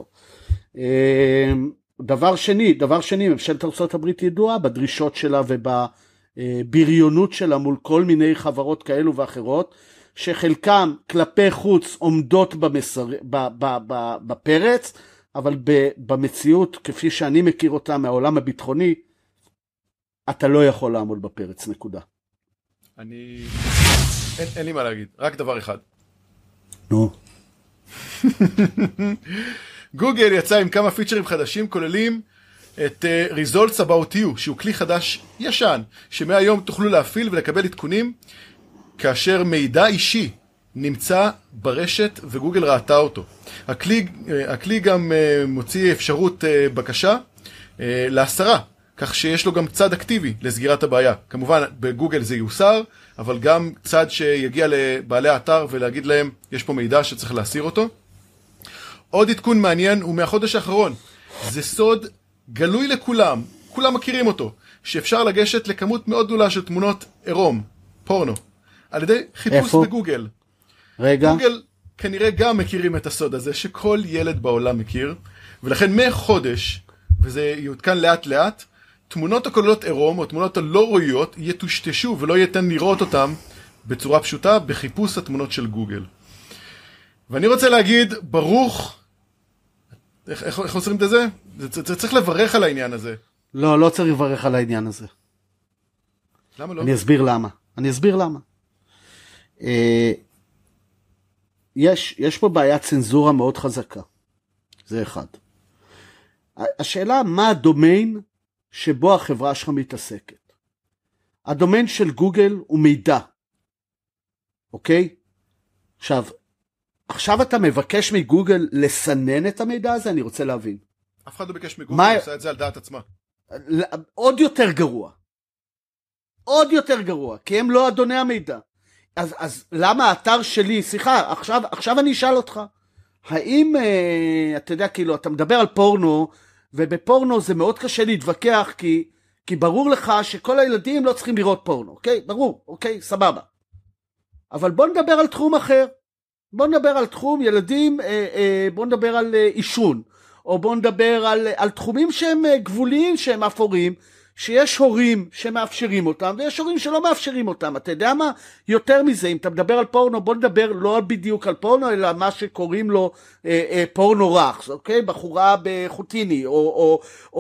Speaker 2: דבר שני, ממשלת ארצות הברית ידועה בדרישות שלה ובבריונות שלה מול כל מיני חברות כאלו ואחרות, שחלקם כלפי חוץ עומדות בפרץ, אבל במציאות, כפי שאני מכיר אותה מהעולם הביטחוני, אתה לא יכול לעמוד בפרץ, נקודה.
Speaker 1: אין לי מה להגיד, רק דבר אחד.
Speaker 2: נו.
Speaker 1: גוגל יצא עם כמה פיצ'רים חדשים, כוללים את Results About You, שהוא כלי חדש ישן, שמהיום תוכלו להפעיל ולקבל עדכונים, כאשר מידע נמצא ברשת וגוגל ראתה אותו. הכלי גם מוציא אפשרות בקשה להסרה, כך שיש לו גם צד אקטיבי לסגירת הבעיה. כמובן בגוגל זה יוסר, אבל גם צד שיגיע לבעלי האתר ולהגיד להם, יש פה מידע שצריך להסיר אותו. עוד עדכון מעניין הוא מהחודש האחרון. זה סוד גלוי לכולם, כולם מכירים אותו, שאפשר לגשת לכמות מאוד גדולה של תמונות עירום, פורנו, על ידי חיפוש
Speaker 2: איפה?
Speaker 1: בגוגל.
Speaker 2: רגע.
Speaker 1: גוגל כנראה גם מכירים את הסוד הזה, שכל ילד בעולם מכיר, ולכן מחודש, וזה יותקן לאט לאט, תמונות הכוללות עירום, או תמונות הלא ראויות, יטושטשו ולא ייתן לראות אותם בצורה פשוטה, בחיפוש התמונות של גוגל. ואני רוצה להגיד, ברוך, איך עושים את זה? צריך לברך על העניין הזה.
Speaker 2: לא, לא צריך לברך על העניין הזה.
Speaker 1: למה לא?
Speaker 2: אני אסביר למה. יש פה בעיית צנזורה מאוד חזקה. זה אחד. השאלה, מה הדומיין שבו החברה שלך מתעסקת? הדומיין של גוגל הוא מידע. אוקיי? עכשיו אתה מבקש מגוגל לסנן את המידע הזה? אני רוצה להבין.
Speaker 1: אף אחד לא ביקש מגוגל, הוא עושה את זה על דעת עצמה.
Speaker 2: עוד יותר גרוע. עוד יותר גרוע, כי הם לא אדוני המידע. אז למה האתר שלי, סליחה, עכשיו אני אשאל אותך, האם, אתה יודע, כאילו, אתה מדבר על פורנו, ובפורנו זה מאוד קשה להתווכח, כי ברור לך שכל הילדים לא צריכים לראות פורנו, אוקיי? ברור, אוקיי, סבבה. אבל בוא נדבר על תחום אחר. בוא נדבר על תחום ילדים, בוא נדבר על עישון, או בוא נדבר על תחומים שהם גבוליים, שהם אפורים, שיש הורים שמאפשרים אותם, ויש הורים שלא מאפשרים אותם. אתה יודע מה? יותר מזה, אם אתה מדבר על פורנו, בוא נדבר לא בדיוק על פורנו, אלא מה שקוראים לו פורנו רך, אוקיי? בחורה בחוטיני, או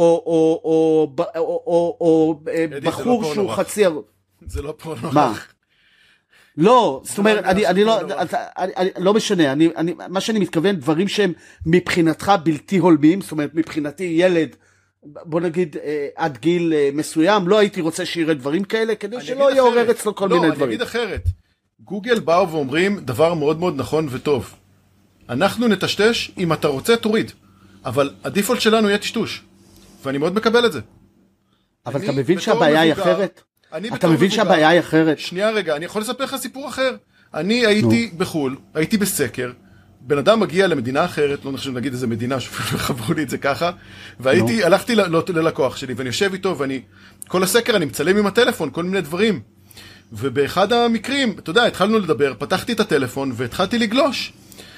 Speaker 2: בחור שהוא חצי...
Speaker 1: זה לא פורנו
Speaker 2: מה?
Speaker 1: רך.
Speaker 2: לא, זאת אומרת, אני לא משנה, מה שאני מתכוון, דברים שהם מבחינתך בלתי הולמים, זאת אומרת, מבחינתי ילד, בוא נגיד, עד גיל מסוים, לא הייתי רוצה שיראה דברים כאלה, כדי שלא יעורר אצלו כל מיני דברים.
Speaker 1: אני אגיד אחרת, גוגל באו ואומרים דבר מאוד מאוד נכון וטוב. אנחנו נטשטש, אם אתה רוצה תוריד, אבל הדיפולט שלנו יהיה טשטוש, ואני מאוד מקבל את זה.
Speaker 2: אבל אתה מבין שהבעיה היא אחרת? אתה מבין שהבעיה היא אחרת?
Speaker 1: שנייה רגע, אני יכול לספר לך סיפור אחר. אני הייתי בחול, הייתי בסקר, בן אדם מגיע למדינה אחרת, לא נחשב נגיד איזה מדינה, שחברו לי את זה ככה, הלכתי ללקוח שלי, ואני יושב איתו, כל הסקר אני מצלם עם הטלפון, כל מיני דברים. ובאחד המקרים, אתה יודע, התחלנו לדבר, פתחתי את הטלפון, והתחלתי לגלוש.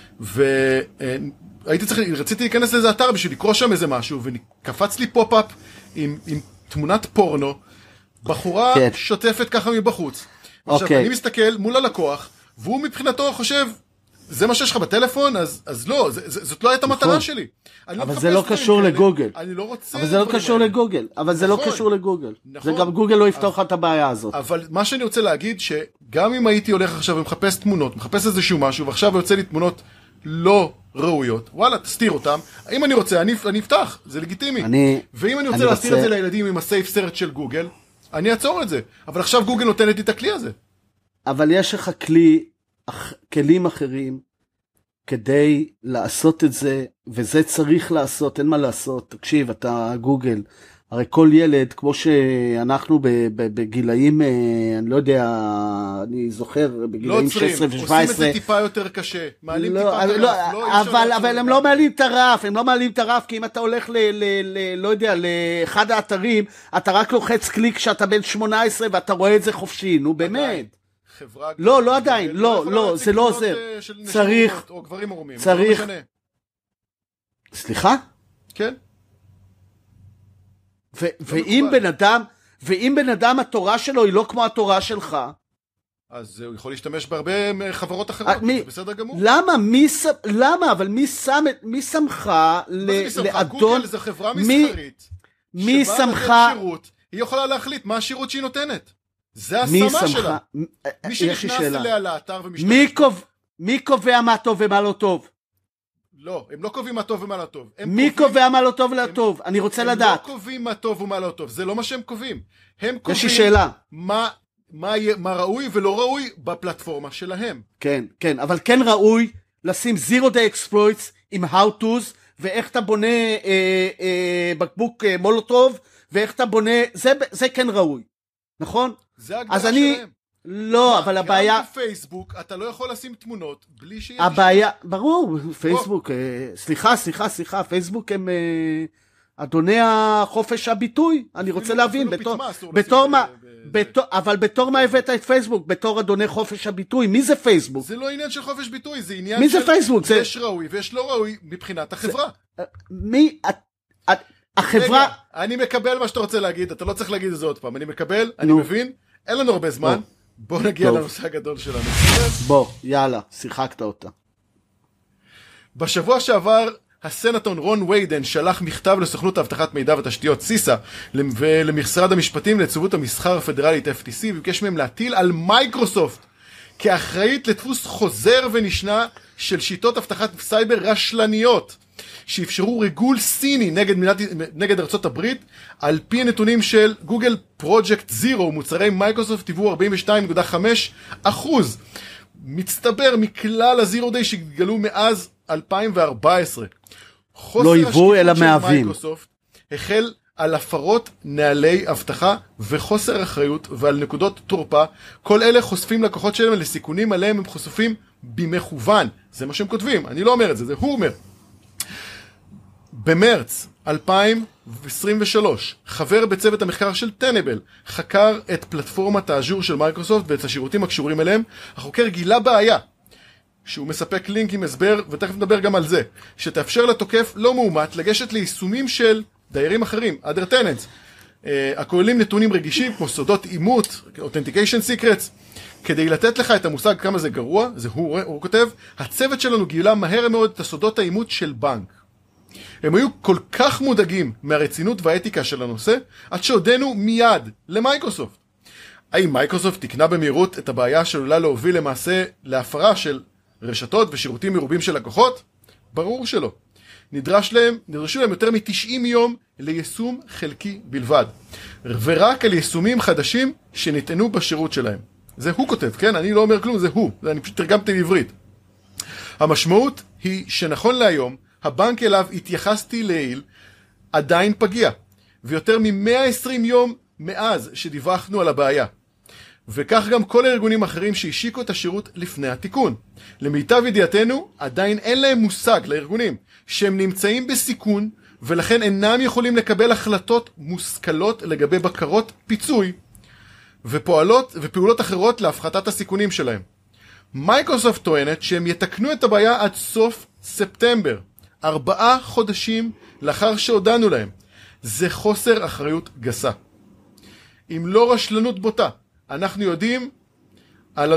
Speaker 1: רציתי להיכנס לאיזה אתר בשביל לקרוא שם איזה משהו, וקפץ לי פופ-אפ עם תמונת פורנו, בחורה שוטפת ככה מבחוץ. עכשיו, אני מסתכל מול הלקוח, והוא מבחינתו חושב, זה מה שיש לך בטלפון? אז לא, זאת לא הייתה המטרה שלי.
Speaker 2: אבל זה לא קשור לגוגל.
Speaker 1: אני לא רוצה...
Speaker 2: אבל זה לא קשור לגוגל. אבל זה לא קשור לגוגל. זה גם גוגל לא יפתור לך את הבעיה הזאת.
Speaker 1: אבל מה שאני רוצה להגיד, שגם אם הייתי הולך עכשיו ומחפש תמונות, מחפש איזשהו משהו, ועכשיו יוצא לי תמונות לא ראויות, וואלה, תסתיר אותם. אם אני רוצה, אני אפתח, זה לגיטימי. ואם אני רוצה להסתיר את זה לילדים עם הסייף סרט של גוגל, אני אעצור את זה. אבל עכשיו גוגל נותנת לי את הכלי הזה. אבל
Speaker 2: יש לך כלים אחרים כדי לעשות את זה, וזה צריך לעשות, אין מה לעשות. תקשיב, אתה גוגל, הרי כל ילד, כמו שאנחנו בגילאים, אני לא יודע, אני זוכר, בגילאים 16 ו-17.
Speaker 1: עושים את זה טיפה יותר קשה, מעלים טיפה את הרף.
Speaker 2: אבל הם לא מעלים את הרף, הם לא מעלים את הרף, כי אם אתה הולך לא יודע, לאחד האתרים, אתה רק לוחץ קליק שאתה בן 18, ואתה רואה את זה חופשי, נו באמת. לא עדיין, לא, זה לא עוזר. צריך, סליחה?
Speaker 1: כן.
Speaker 2: ואם בן אדם התורה שלו היא לא כמו התורה שלך,
Speaker 1: אז הוא יכול להשתמש בהרבה חברות אחרות, זה בסדר גמור.
Speaker 2: למה? אבל מי שמך לאדון...
Speaker 1: גוגל זה חברה מסחרית,
Speaker 2: מי
Speaker 1: שבאה
Speaker 2: שמך...
Speaker 1: לתת שירות, היא יכולה להחליט מה השירות שהיא נותנת. זה השמה שלה. מי שנכנס אליה לאתר ומשתמש...
Speaker 2: מי קובע מה טוב ומה לא טוב?
Speaker 1: לא, הם לא קובעים מה טוב ומה לא טוב.
Speaker 2: מי קובע מה לא טוב ולא טוב? אני רוצה לדעת.
Speaker 1: הם לא קובעים מה טוב ומה לא טוב, זה לא מה שהם קובעים. הם
Speaker 2: יש לי שאלה.
Speaker 1: מה ראוי ולא ראוי בפלטפורמה שלהם.
Speaker 2: כן, כן, אבל כן ראוי לשים zero day exploits עם how to's, ואיך אתה בונה בקבוק מולוטוב, ואיך אתה בונה, זה כן ראוי, נכון?
Speaker 1: זה הגדרה שלהם.
Speaker 2: לא, אבל הבעיה...
Speaker 1: גם בפייסבוק אתה לא יכול לשים תמונות בלי שיהיה...
Speaker 2: הבעיה, ברור, פייסבוק, סליחה, פייסבוק הם אדוני החופש הביטוי, אני רוצה להבין, אבל בתור מה הבאת את פייסבוק? בתור אדוני חופש הביטוי, מי זה פייסבוק?
Speaker 1: זה לא עניין של חופש ביטוי, זה עניין
Speaker 2: מי זה פייסבוק?
Speaker 1: יש ראוי ויש לא ראוי מבחינת החברה.
Speaker 2: מי... החברה...
Speaker 1: רגע, אני מקבל מה שאתה רוצה להגיד, אתה לא צריך להגיד את זה עוד פעם, אני מקבל, אני מבין, אין לנו הרבה זמן, בוא נגיע לנושא הגדול שלנו.
Speaker 2: בוא, יאללה, שיחקת אותה.
Speaker 1: בשבוע שעבר, הסנטון רון ויידן שלח מכתב לסוכנות האבטחת מידע ותשתיות סיסה ולמשרד המשפטים לנציבות המסחר הפדרלית FTC, וביקש מהם להטיל על מייקרוסופט כאחראית לדפוס חוזר ונשנה של שיטות אבטחת סייבר רשלניות שאפשרו ריגול סיני נגד ארצות הברית. על פי נתונים של גוגל פרוג'קט זירו, מוצרי מייקרוסופט היוו 42.5% מצטבר מכלל הזירו דיי שהתגלו מאז 2014.
Speaker 2: לא היוו אלא מהווים.
Speaker 1: מייקרוסופט החל על הפרות נהלי אבטחה וחוסר אחריות ועל נקודות תורפה. כל אלה חושפים לקוחות שלהם לסיכונים עליהם הם חושפים במכוון. זה מה שהם כותבים, אני לא אומר את זה, זה הוא אומר. במרץ 2023, חבר בצוות המחקר של טנבל חקר את פלטפורמת האז'ור של מייקרוסופט ואת השירותים הקשורים אליהם. החוקר גילה בעיה שהוא מספק לינק עם הסבר, ותכף נדבר גם על זה, שתאפשר לתוקף לא מאומת לגשת ליישומים של דיירים אחרים, other tenants, הכוללים נתונים רגישים כמו סודות אימות, authentication secrets. כדי לתת לך את המושג כמה זה גרוע, זה הוא כותב, הצוות שלנו גילה מהר מאוד את הסודות האימות של בנק. הם היו כל כך מודאגים מהרצינות והאתיקה של הנושא, עד שהודנו מיד למייקרוסופט. האם מייקרוסופט תקנה במהירות את הבעיה שעלולה להוביל למעשה להפרה של רשתות ושירותים מרובים של לקוחות? ברור שלא. נדרשו להם יותר מ-90 יום ליישום חלקי בלבד, ורק על יישומים חדשים שניתנו בשירות שלהם. זה הוא כותב, כן? אני לא אומר כלום, זה הוא. אני פשוט תרגמתי לעברית. המשמעות היא שנכון להיום, הבנק אליו התייחסתי לעיל עדיין פגיע, ויותר מ-120 יום מאז שדיווחנו על הבעיה. וכך גם כל הארגונים האחרים שהשיקו את השירות לפני התיקון. למיטב ידיעתנו, עדיין אין להם מושג לארגונים שהם נמצאים בסיכון, ולכן אינם יכולים לקבל החלטות מושכלות לגבי בקרות פיצוי ופעולות אחרות להפחתת הסיכונים שלהם. מייקרוסופט טוענת שהם יתקנו את הבעיה עד סוף ספטמבר, 4 חודשים לאחר שהודענו להם. זה חוסר אחריות גסה. אם לא רשלנות בוטה, אנחנו יודעים על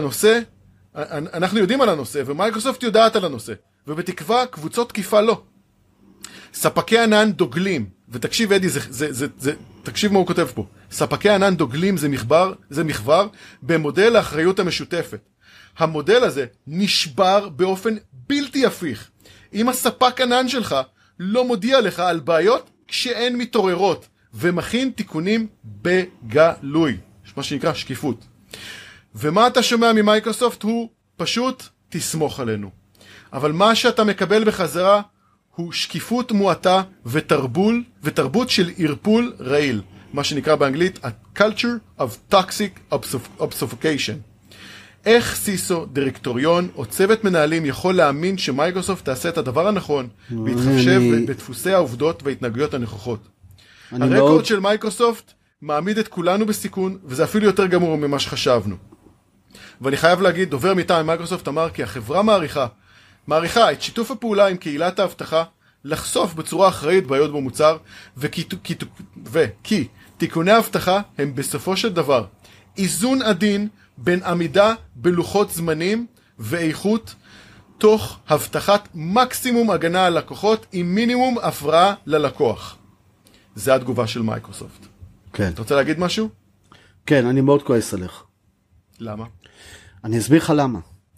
Speaker 1: הנושא, ומייקרוסופט יודעת על הנושא, ובתקווה קבוצות תקיפה לא. ספקי ענן דוגלים, ותקשיב אדי, תקשיב מה הוא כותב פה. ספקי ענן דוגלים זה מחבר במודל האחריות המשותפת. המודל הזה נשבר באופן בלתי הפיך. אם הספק ענן שלך לא מודיע לך על בעיות כשהן מתעוררות, ומכין תיקונים בגלוי. מה שנקרא שקיפות. ומה אתה שומע ממייקרוסופט הוא פשוט תסמוך עלינו. אבל מה שאתה מקבל בחזרה הוא שקיפות מועטה ותרבות של ערפול רעיל. מה שנקרא באנגלית a culture of toxic obfuscation. איך סיסו, דירקטוריון או צוות מנהלים יכול להאמין שמייקרוסופט תעשה את הדבר הנכון והתחשב בדפוסי העובדות וההתנהגויות הנכוחות. הרקורד של מייקרוסופט מעמיד את כולנו בסיכון, וזה אפילו יותר גמור ממה שחשבנו. ואני חייב להגיד, דובר מטעם מייקרוסופט אמר כי החברה מעריכה את שיתוף הפעולה עם קהילת ההבטחה לחשוף בצורה אחראית בעיות במוצר, וכי תיקוני ההבטחה הם בסופו של דבר איזון עדין בין עמידה בלוחות זמנים ואיכות, תוך הבטחת מקסימום הגנה על לקוחות עם מינימום הפרעה ללקוח. זה התגובה של מייקרוסופט.
Speaker 2: כן.
Speaker 1: אתה רוצה להגיד משהו?
Speaker 2: כן, אני מאוד כועס עליך.
Speaker 1: למה?
Speaker 2: אני אסביר לך למה.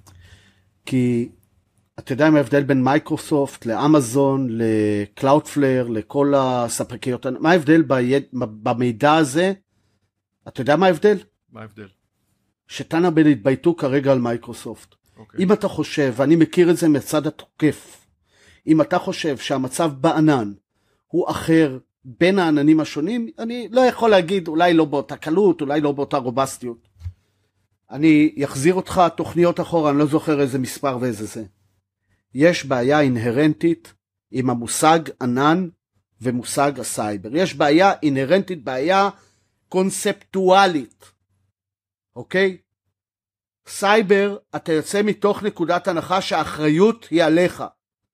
Speaker 2: כי אתה יודע מה ההבדל בין מייקרוסופט לאמזון, לקלאודפלייר, לכל הספקיות, מה ההבדל במידע הזה? אתה יודע מה ההבדל?
Speaker 1: מה ההבדל?
Speaker 2: שטנאבל התבייתו כרגע על מייקרוסופט. אם אתה חושב, ואני מכיר את זה מצד התוקף, אם אתה חושב שהמצב בענן הוא אחר בין העננים השונים, אני לא יכול להגיד אולי לא באותה קלות, אולי לא באותה רובסטיות. אני אחזיר אותך תוכניות אחורה, אני לא זוכר איזה מספר ואיזה זה. יש בעיה אינהרנטית עם המושג ענן ומושג הסייבר. יש בעיה אינהרנטית, בעיה קונספטואלית. אוקיי? סייבר, אתה יוצא מתוך נקודת הנחה שהאחריות היא עליך.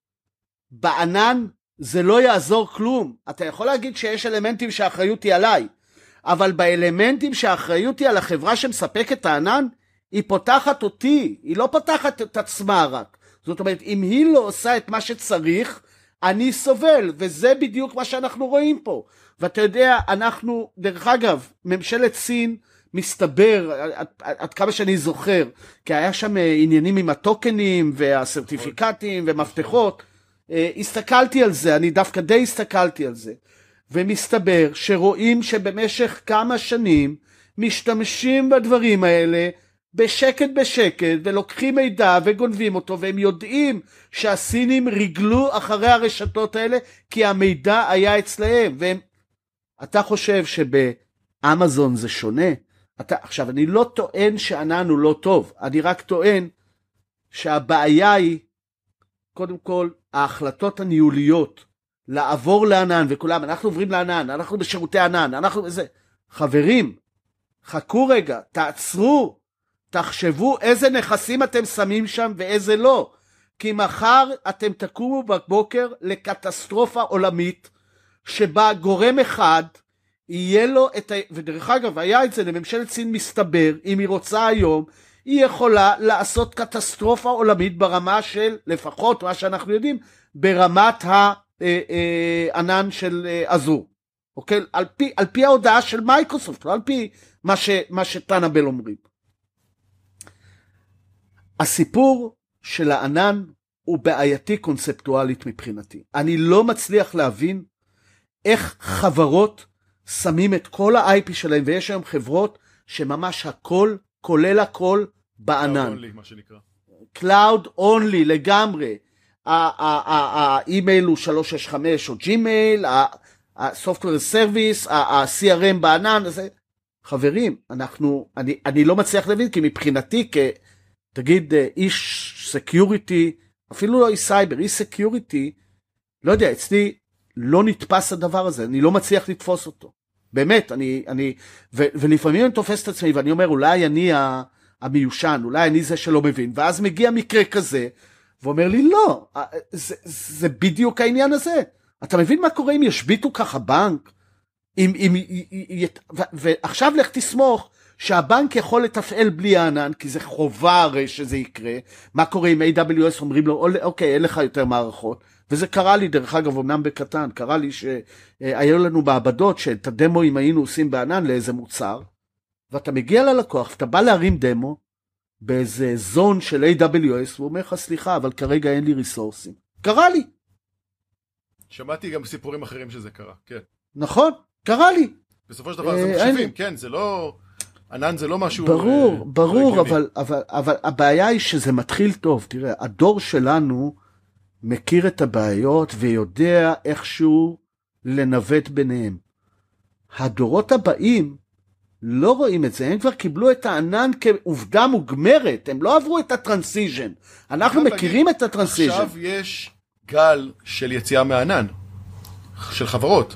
Speaker 2: בענן זה לא יעזור כלום. אתה יכול להגיד שיש אלמנטים שהאחריות היא עליי, אבל באלמנטים שהאחריות היא על החברה שמספקת הענן, היא פותחת אותי, היא לא פותחת את עצמה רק. זאת אומרת, אם היא לא עושה את מה שצריך, אני סובל, וזה בדיוק מה שאנחנו רואים פה. ואתה יודע, אנחנו, דרך אגב, ממשלת סין, מסתבר, עד כמה שאני זוכר, כי היה שם עניינים עם הטוקנים והסרטיפיקטים ומפתחות, הסתכלתי על זה, אני דווקא די הסתכלתי על זה, ומסתבר שרואים שבמשך כמה שנים משתמשים בדברים האלה בשקט בשקט, ולוקחים מידע וגונבים אותו, והם יודעים שהסינים ריגלו אחרי הרשתות האלה, כי המידע היה אצלהם, אתה חושב שבאמזון זה שונה? עכשיו, אני לא טוען שענן הוא לא טוב, אני רק טוען שהבעיה היא, קודם כל, ההחלטות הניהוליות, לעבור לענן, וכולם, אנחנו עוברים לענן, אנחנו בשירותי ענן, אנחנו בזה. חברים, חכו רגע, תעצרו, תחשבו איזה נכסים אתם שמים שם ואיזה לא, כי מחר אתם תקומו בבוקר לקטסטרופה עולמית, שבה גורם אחד, יהיה לו את ודרך אגב, היה את זה לממשלת סין מסתבר, אם היא רוצה היום, היא יכולה לעשות קטסטרופה עולמית ברמה של, לפחות מה שאנחנו יודעים, ברמת הענן של אזור. אוקיי? על פי ההודעה של מייקרוסופט, לא על פי מה שטנאבל אומרים. הסיפור של הענן הוא בעייתי קונספטואלית מבחינתי. אני לא מצליח להבין איך חברות שמים את כל ה-IP שלהם, ויש היום חברות שממש הכל, כולל הכל, בענן.
Speaker 1: Cloud only, מה שנקרא.
Speaker 2: Cloud only, לגמרי. האימייל הוא 365 או ג'ימייל, ה-Software Service, ה-CRM בענן, חברים, אני לא מצליח להבין, כי מבחינתי, תגיד, איש סקיוריטי, אפילו לא איש סייבר, איש סקיוריטי, לא יודע, אצלי לא נתפס הדבר הזה, אני לא מצליח לתפוס אותו. באמת, ולפעמים אני תופס את עצמי, ואני אומר, אולי אני המיושן, אולי אני זה שלא מבין, ואז מגיע מקרה כזה, ואומר לי, לא, זה בדיוק העניין הזה. אתה מבין מה קורה אם ישביתו ככה בנק? ועכשיו לך תסמוך, שהבנק יכול לתפעל בלי הענן, כי זה חובה הרי שזה יקרה. מה קורה אם AWS אומרים לו, אוקיי, אין לך יותר מערכות, וזה קרה לי, דרך אגב, אמנם בקטן, קרה לי שהיו לנו מעבדות, שאת הדמוים היינו עושים בענן לאיזה מוצר, ואתה מגיע ללקוח, ואתה בא להרים דמו, באיזה זון של AWS, והוא אומר לך, סליחה, אבל כרגע אין לי ריסורסים. קרה לי.
Speaker 1: שמעתי גם סיפורים אחרים שזה קרה, כן.
Speaker 2: נכון, קרה לי.
Speaker 1: בסופו של דבר זה מחשבים, כן, זה לא... ענן זה לא משהו...
Speaker 2: ברור, אבל הבעיה היא שזה מתחיל טוב. תראה, הדור שלנו מכיר את הבעיות ויודע איכשהו לנווט ביניהם. הדורות הבאים לא רואים את זה, הם כבר קיבלו את הענן כעובדה מוגמרת, הם לא עברו את הטרנסיז'ן. אנחנו מכירים את הטרנסיז'ן.
Speaker 1: עכשיו יש גל של יציאה מהענן, של חברות,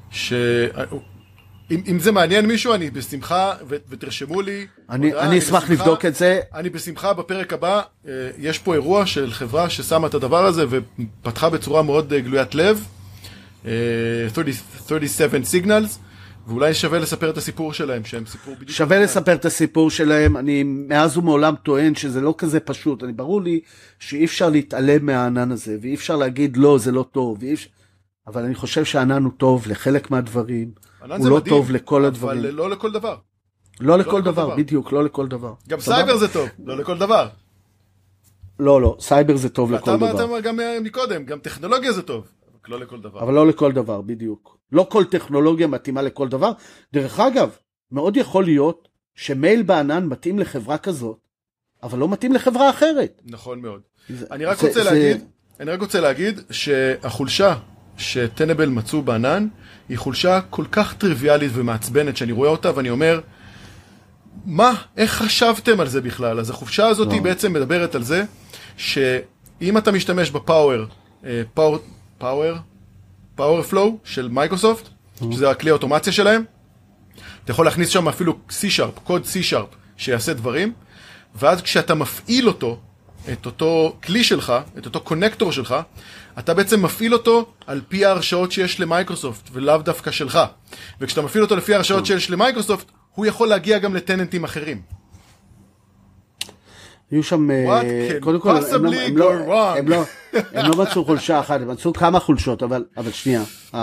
Speaker 1: אם זה מעניין מישהו, אני בשמחה, ותרשמו לי.
Speaker 2: אני אשמח לבדוק את זה.
Speaker 1: אני בשמחה, בפרק הבא, יש פה אירוע של חברה ששמה את הדבר הזה, ופתחה בצורה מאוד גלוית לב, 37 Signals, ואולי שווה לספר את הסיפור שלהם, שהם סיפור בדיוק.
Speaker 2: שווה לספר את הסיפור שלהם, אני מאז ומעולם טוען שזה לא כזה פשוט, ברור לי שאי אפשר להתעלם מהענן הזה, ואי אפשר להגיד לא, זה לא טוב, אבל אני חושב שהענן הוא טוב לחלק מהדברים, הוא לא טוב לכל הדברים.
Speaker 1: אבל לא לכל דבר.
Speaker 2: לא לכל דבר, בדיוק, לא לכל דבר.
Speaker 1: גם סייבר זה טוב, לא לכל דבר.
Speaker 2: לא, סייבר זה טוב לכל דבר.
Speaker 1: אתה אמר גם מקודם, גם טכנולוגיה זה טוב, אבל לא לכל דבר.
Speaker 2: אבל לא לכל דבר, בדיוק. לא כל טכנולוגיה מתאימה לכל דבר. דרך אגב, מאוד יכול להיות שמייל בענן מתאים לחברה כזאת, אבל לא מתאים לחברה אחרת.
Speaker 1: נכון מאוד. אני רק רוצה להגיד שהחולשה שטנבל מצאו בענן, היא חולשה כל כך טריוויאלית ומעצבנת, שאני רואה אותה ואני אומר, מה? איך חשבתם על זה בכלל? אז החופשה הזאת היא בעצם מדברת על זה, שאם אתה משתמש פאוור פלואו של מייקרוסופט, שזה הכלי האוטומציה שלהם, אתה יכול להכניס שם אפילו C-Sharp, קוד C-Sharp, שיעשה דברים, ואז כשאתה מפעיל אותו, את אותו כלי שלך, את אותו קונקטור שלך, אתה בעצם מפעיל אותו על פי ההרשאות שיש למייקרוסופט, ולאו דווקא שלך. וכשאתה מפעיל אותו לפי ההרשאות שיש למייקרוסופט, הוא יכול להגיע גם לטננטים אחרים.
Speaker 2: היו שם, קודם כל, הם לא מצאו חולשה אחת, הם מצאו כמה חולשות, אבל שנייה,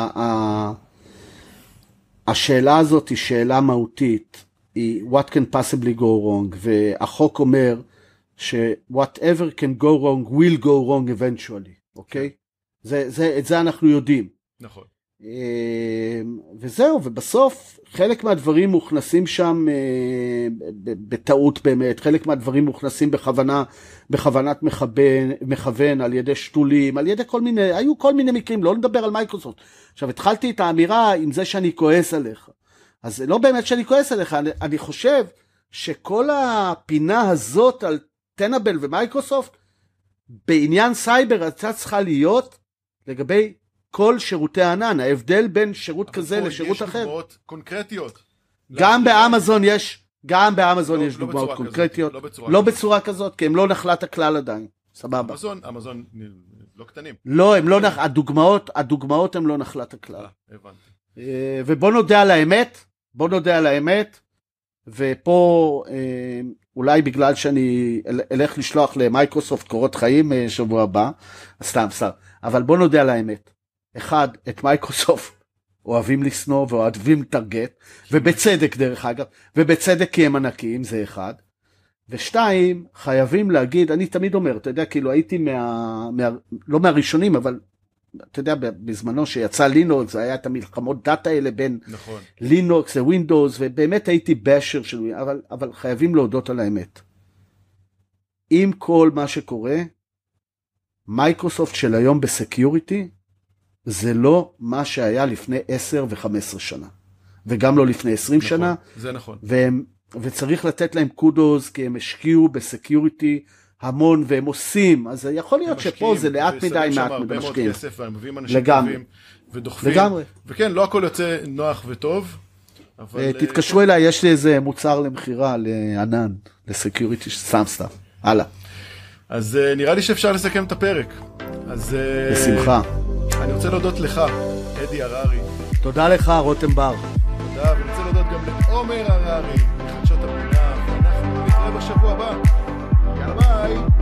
Speaker 2: השאלה הזאת היא שאלה מהותית, היא what can possibly go wrong, והחוק אומר ש-whatever can go wrong will go wrong eventually, אוקיי? את זה אנחנו יודעים.
Speaker 1: נכון.
Speaker 2: וזהו, ובסוף חלק מהדברים מוכנסים שם בטעות באמת, חלק מהדברים מוכנסים בכוונת מכוון על ידי שתולים, על ידי היו כל מיני מקרים, לא נדבר על מייקרוסופט. עכשיו התחלתי את האמירה עם זה שאני כועס עליך, אז לא באמת שאני כועס עליך, אני חושב שכל הפינה הזאת על טנבל ומייקרוסופט, בעניין סייבר הייתה צריכה להיות לגבי כל שירותי הענן, ההבדל בין שירות כזה לשירות אחר.
Speaker 1: יש דוגמאות קונקרטיות.
Speaker 2: גם באמזון יש דוגמאות קונקרטיות, לא בצורה כזאת, כי הם לא נחלת הכלל עדיין. סבבה.
Speaker 1: אמזון לא קטנים.
Speaker 2: לא, הדוגמאות הם לא נחלת הכלל.
Speaker 1: הבנתי.
Speaker 2: ובוא נודה על האמת, ופה אולי בגלל שאני אלך לשלוח למייקרוסופט קורות חיים שבוע הבא, סתם, אבל בוא נודה על האמת. אחד, את מייקרוסופט אוהבים לסנוע ואוהבים לטרגט, ובצדק דרך אגב, ובצדק כי הם ענקיים, זה אחד. ושתיים, חייבים להגיד, אני תמיד אומר, אתה יודע, כאילו הייתי לא מהראשונים, אבל אתה יודע, בזמנו שיצא לינוקס, זה היה את המלחמות דאטה האלה בין
Speaker 1: נכון.
Speaker 2: לינוקס לווינדוס, ובאמת הייתי באשר של ווינדוס, אבל חייבים להודות על האמת. עם כל מה שקורה, מייקרוסופט של היום בסקיוריטי, זה לא מה שהיה לפני 10 ו-15 שנה. וגם לא לפני 20
Speaker 1: נכון,
Speaker 2: שנה.
Speaker 1: זה נכון.
Speaker 2: וצריך לתת להם קודוס, כי הם השקיעו בסקיוריטי המון, והם עושים. אז יכול להיות שפה זה לאט מדי מעט משקיעים.
Speaker 1: והם מביאים אנשים טובים ודוחפים.
Speaker 2: לגמרי.
Speaker 1: וכן, לא הכל יוצא נוח וטוב.
Speaker 2: תתקשרו אליי, יש לי איזה מוצר למחירה, לענן, לסקיוריטי, סתם. הלאה.
Speaker 1: אז נראה לי שאפשר לסכם את הפרק.
Speaker 2: בשמחה.
Speaker 1: אני רוצה להודות לך, אדי הררי.
Speaker 2: תודה לך, רותם בר.
Speaker 1: תודה, ואני רוצה להודות גם לעומר הררי, מחדשות הפינה, ואנחנו נתראה בשבוע הבא. יאללה ביי.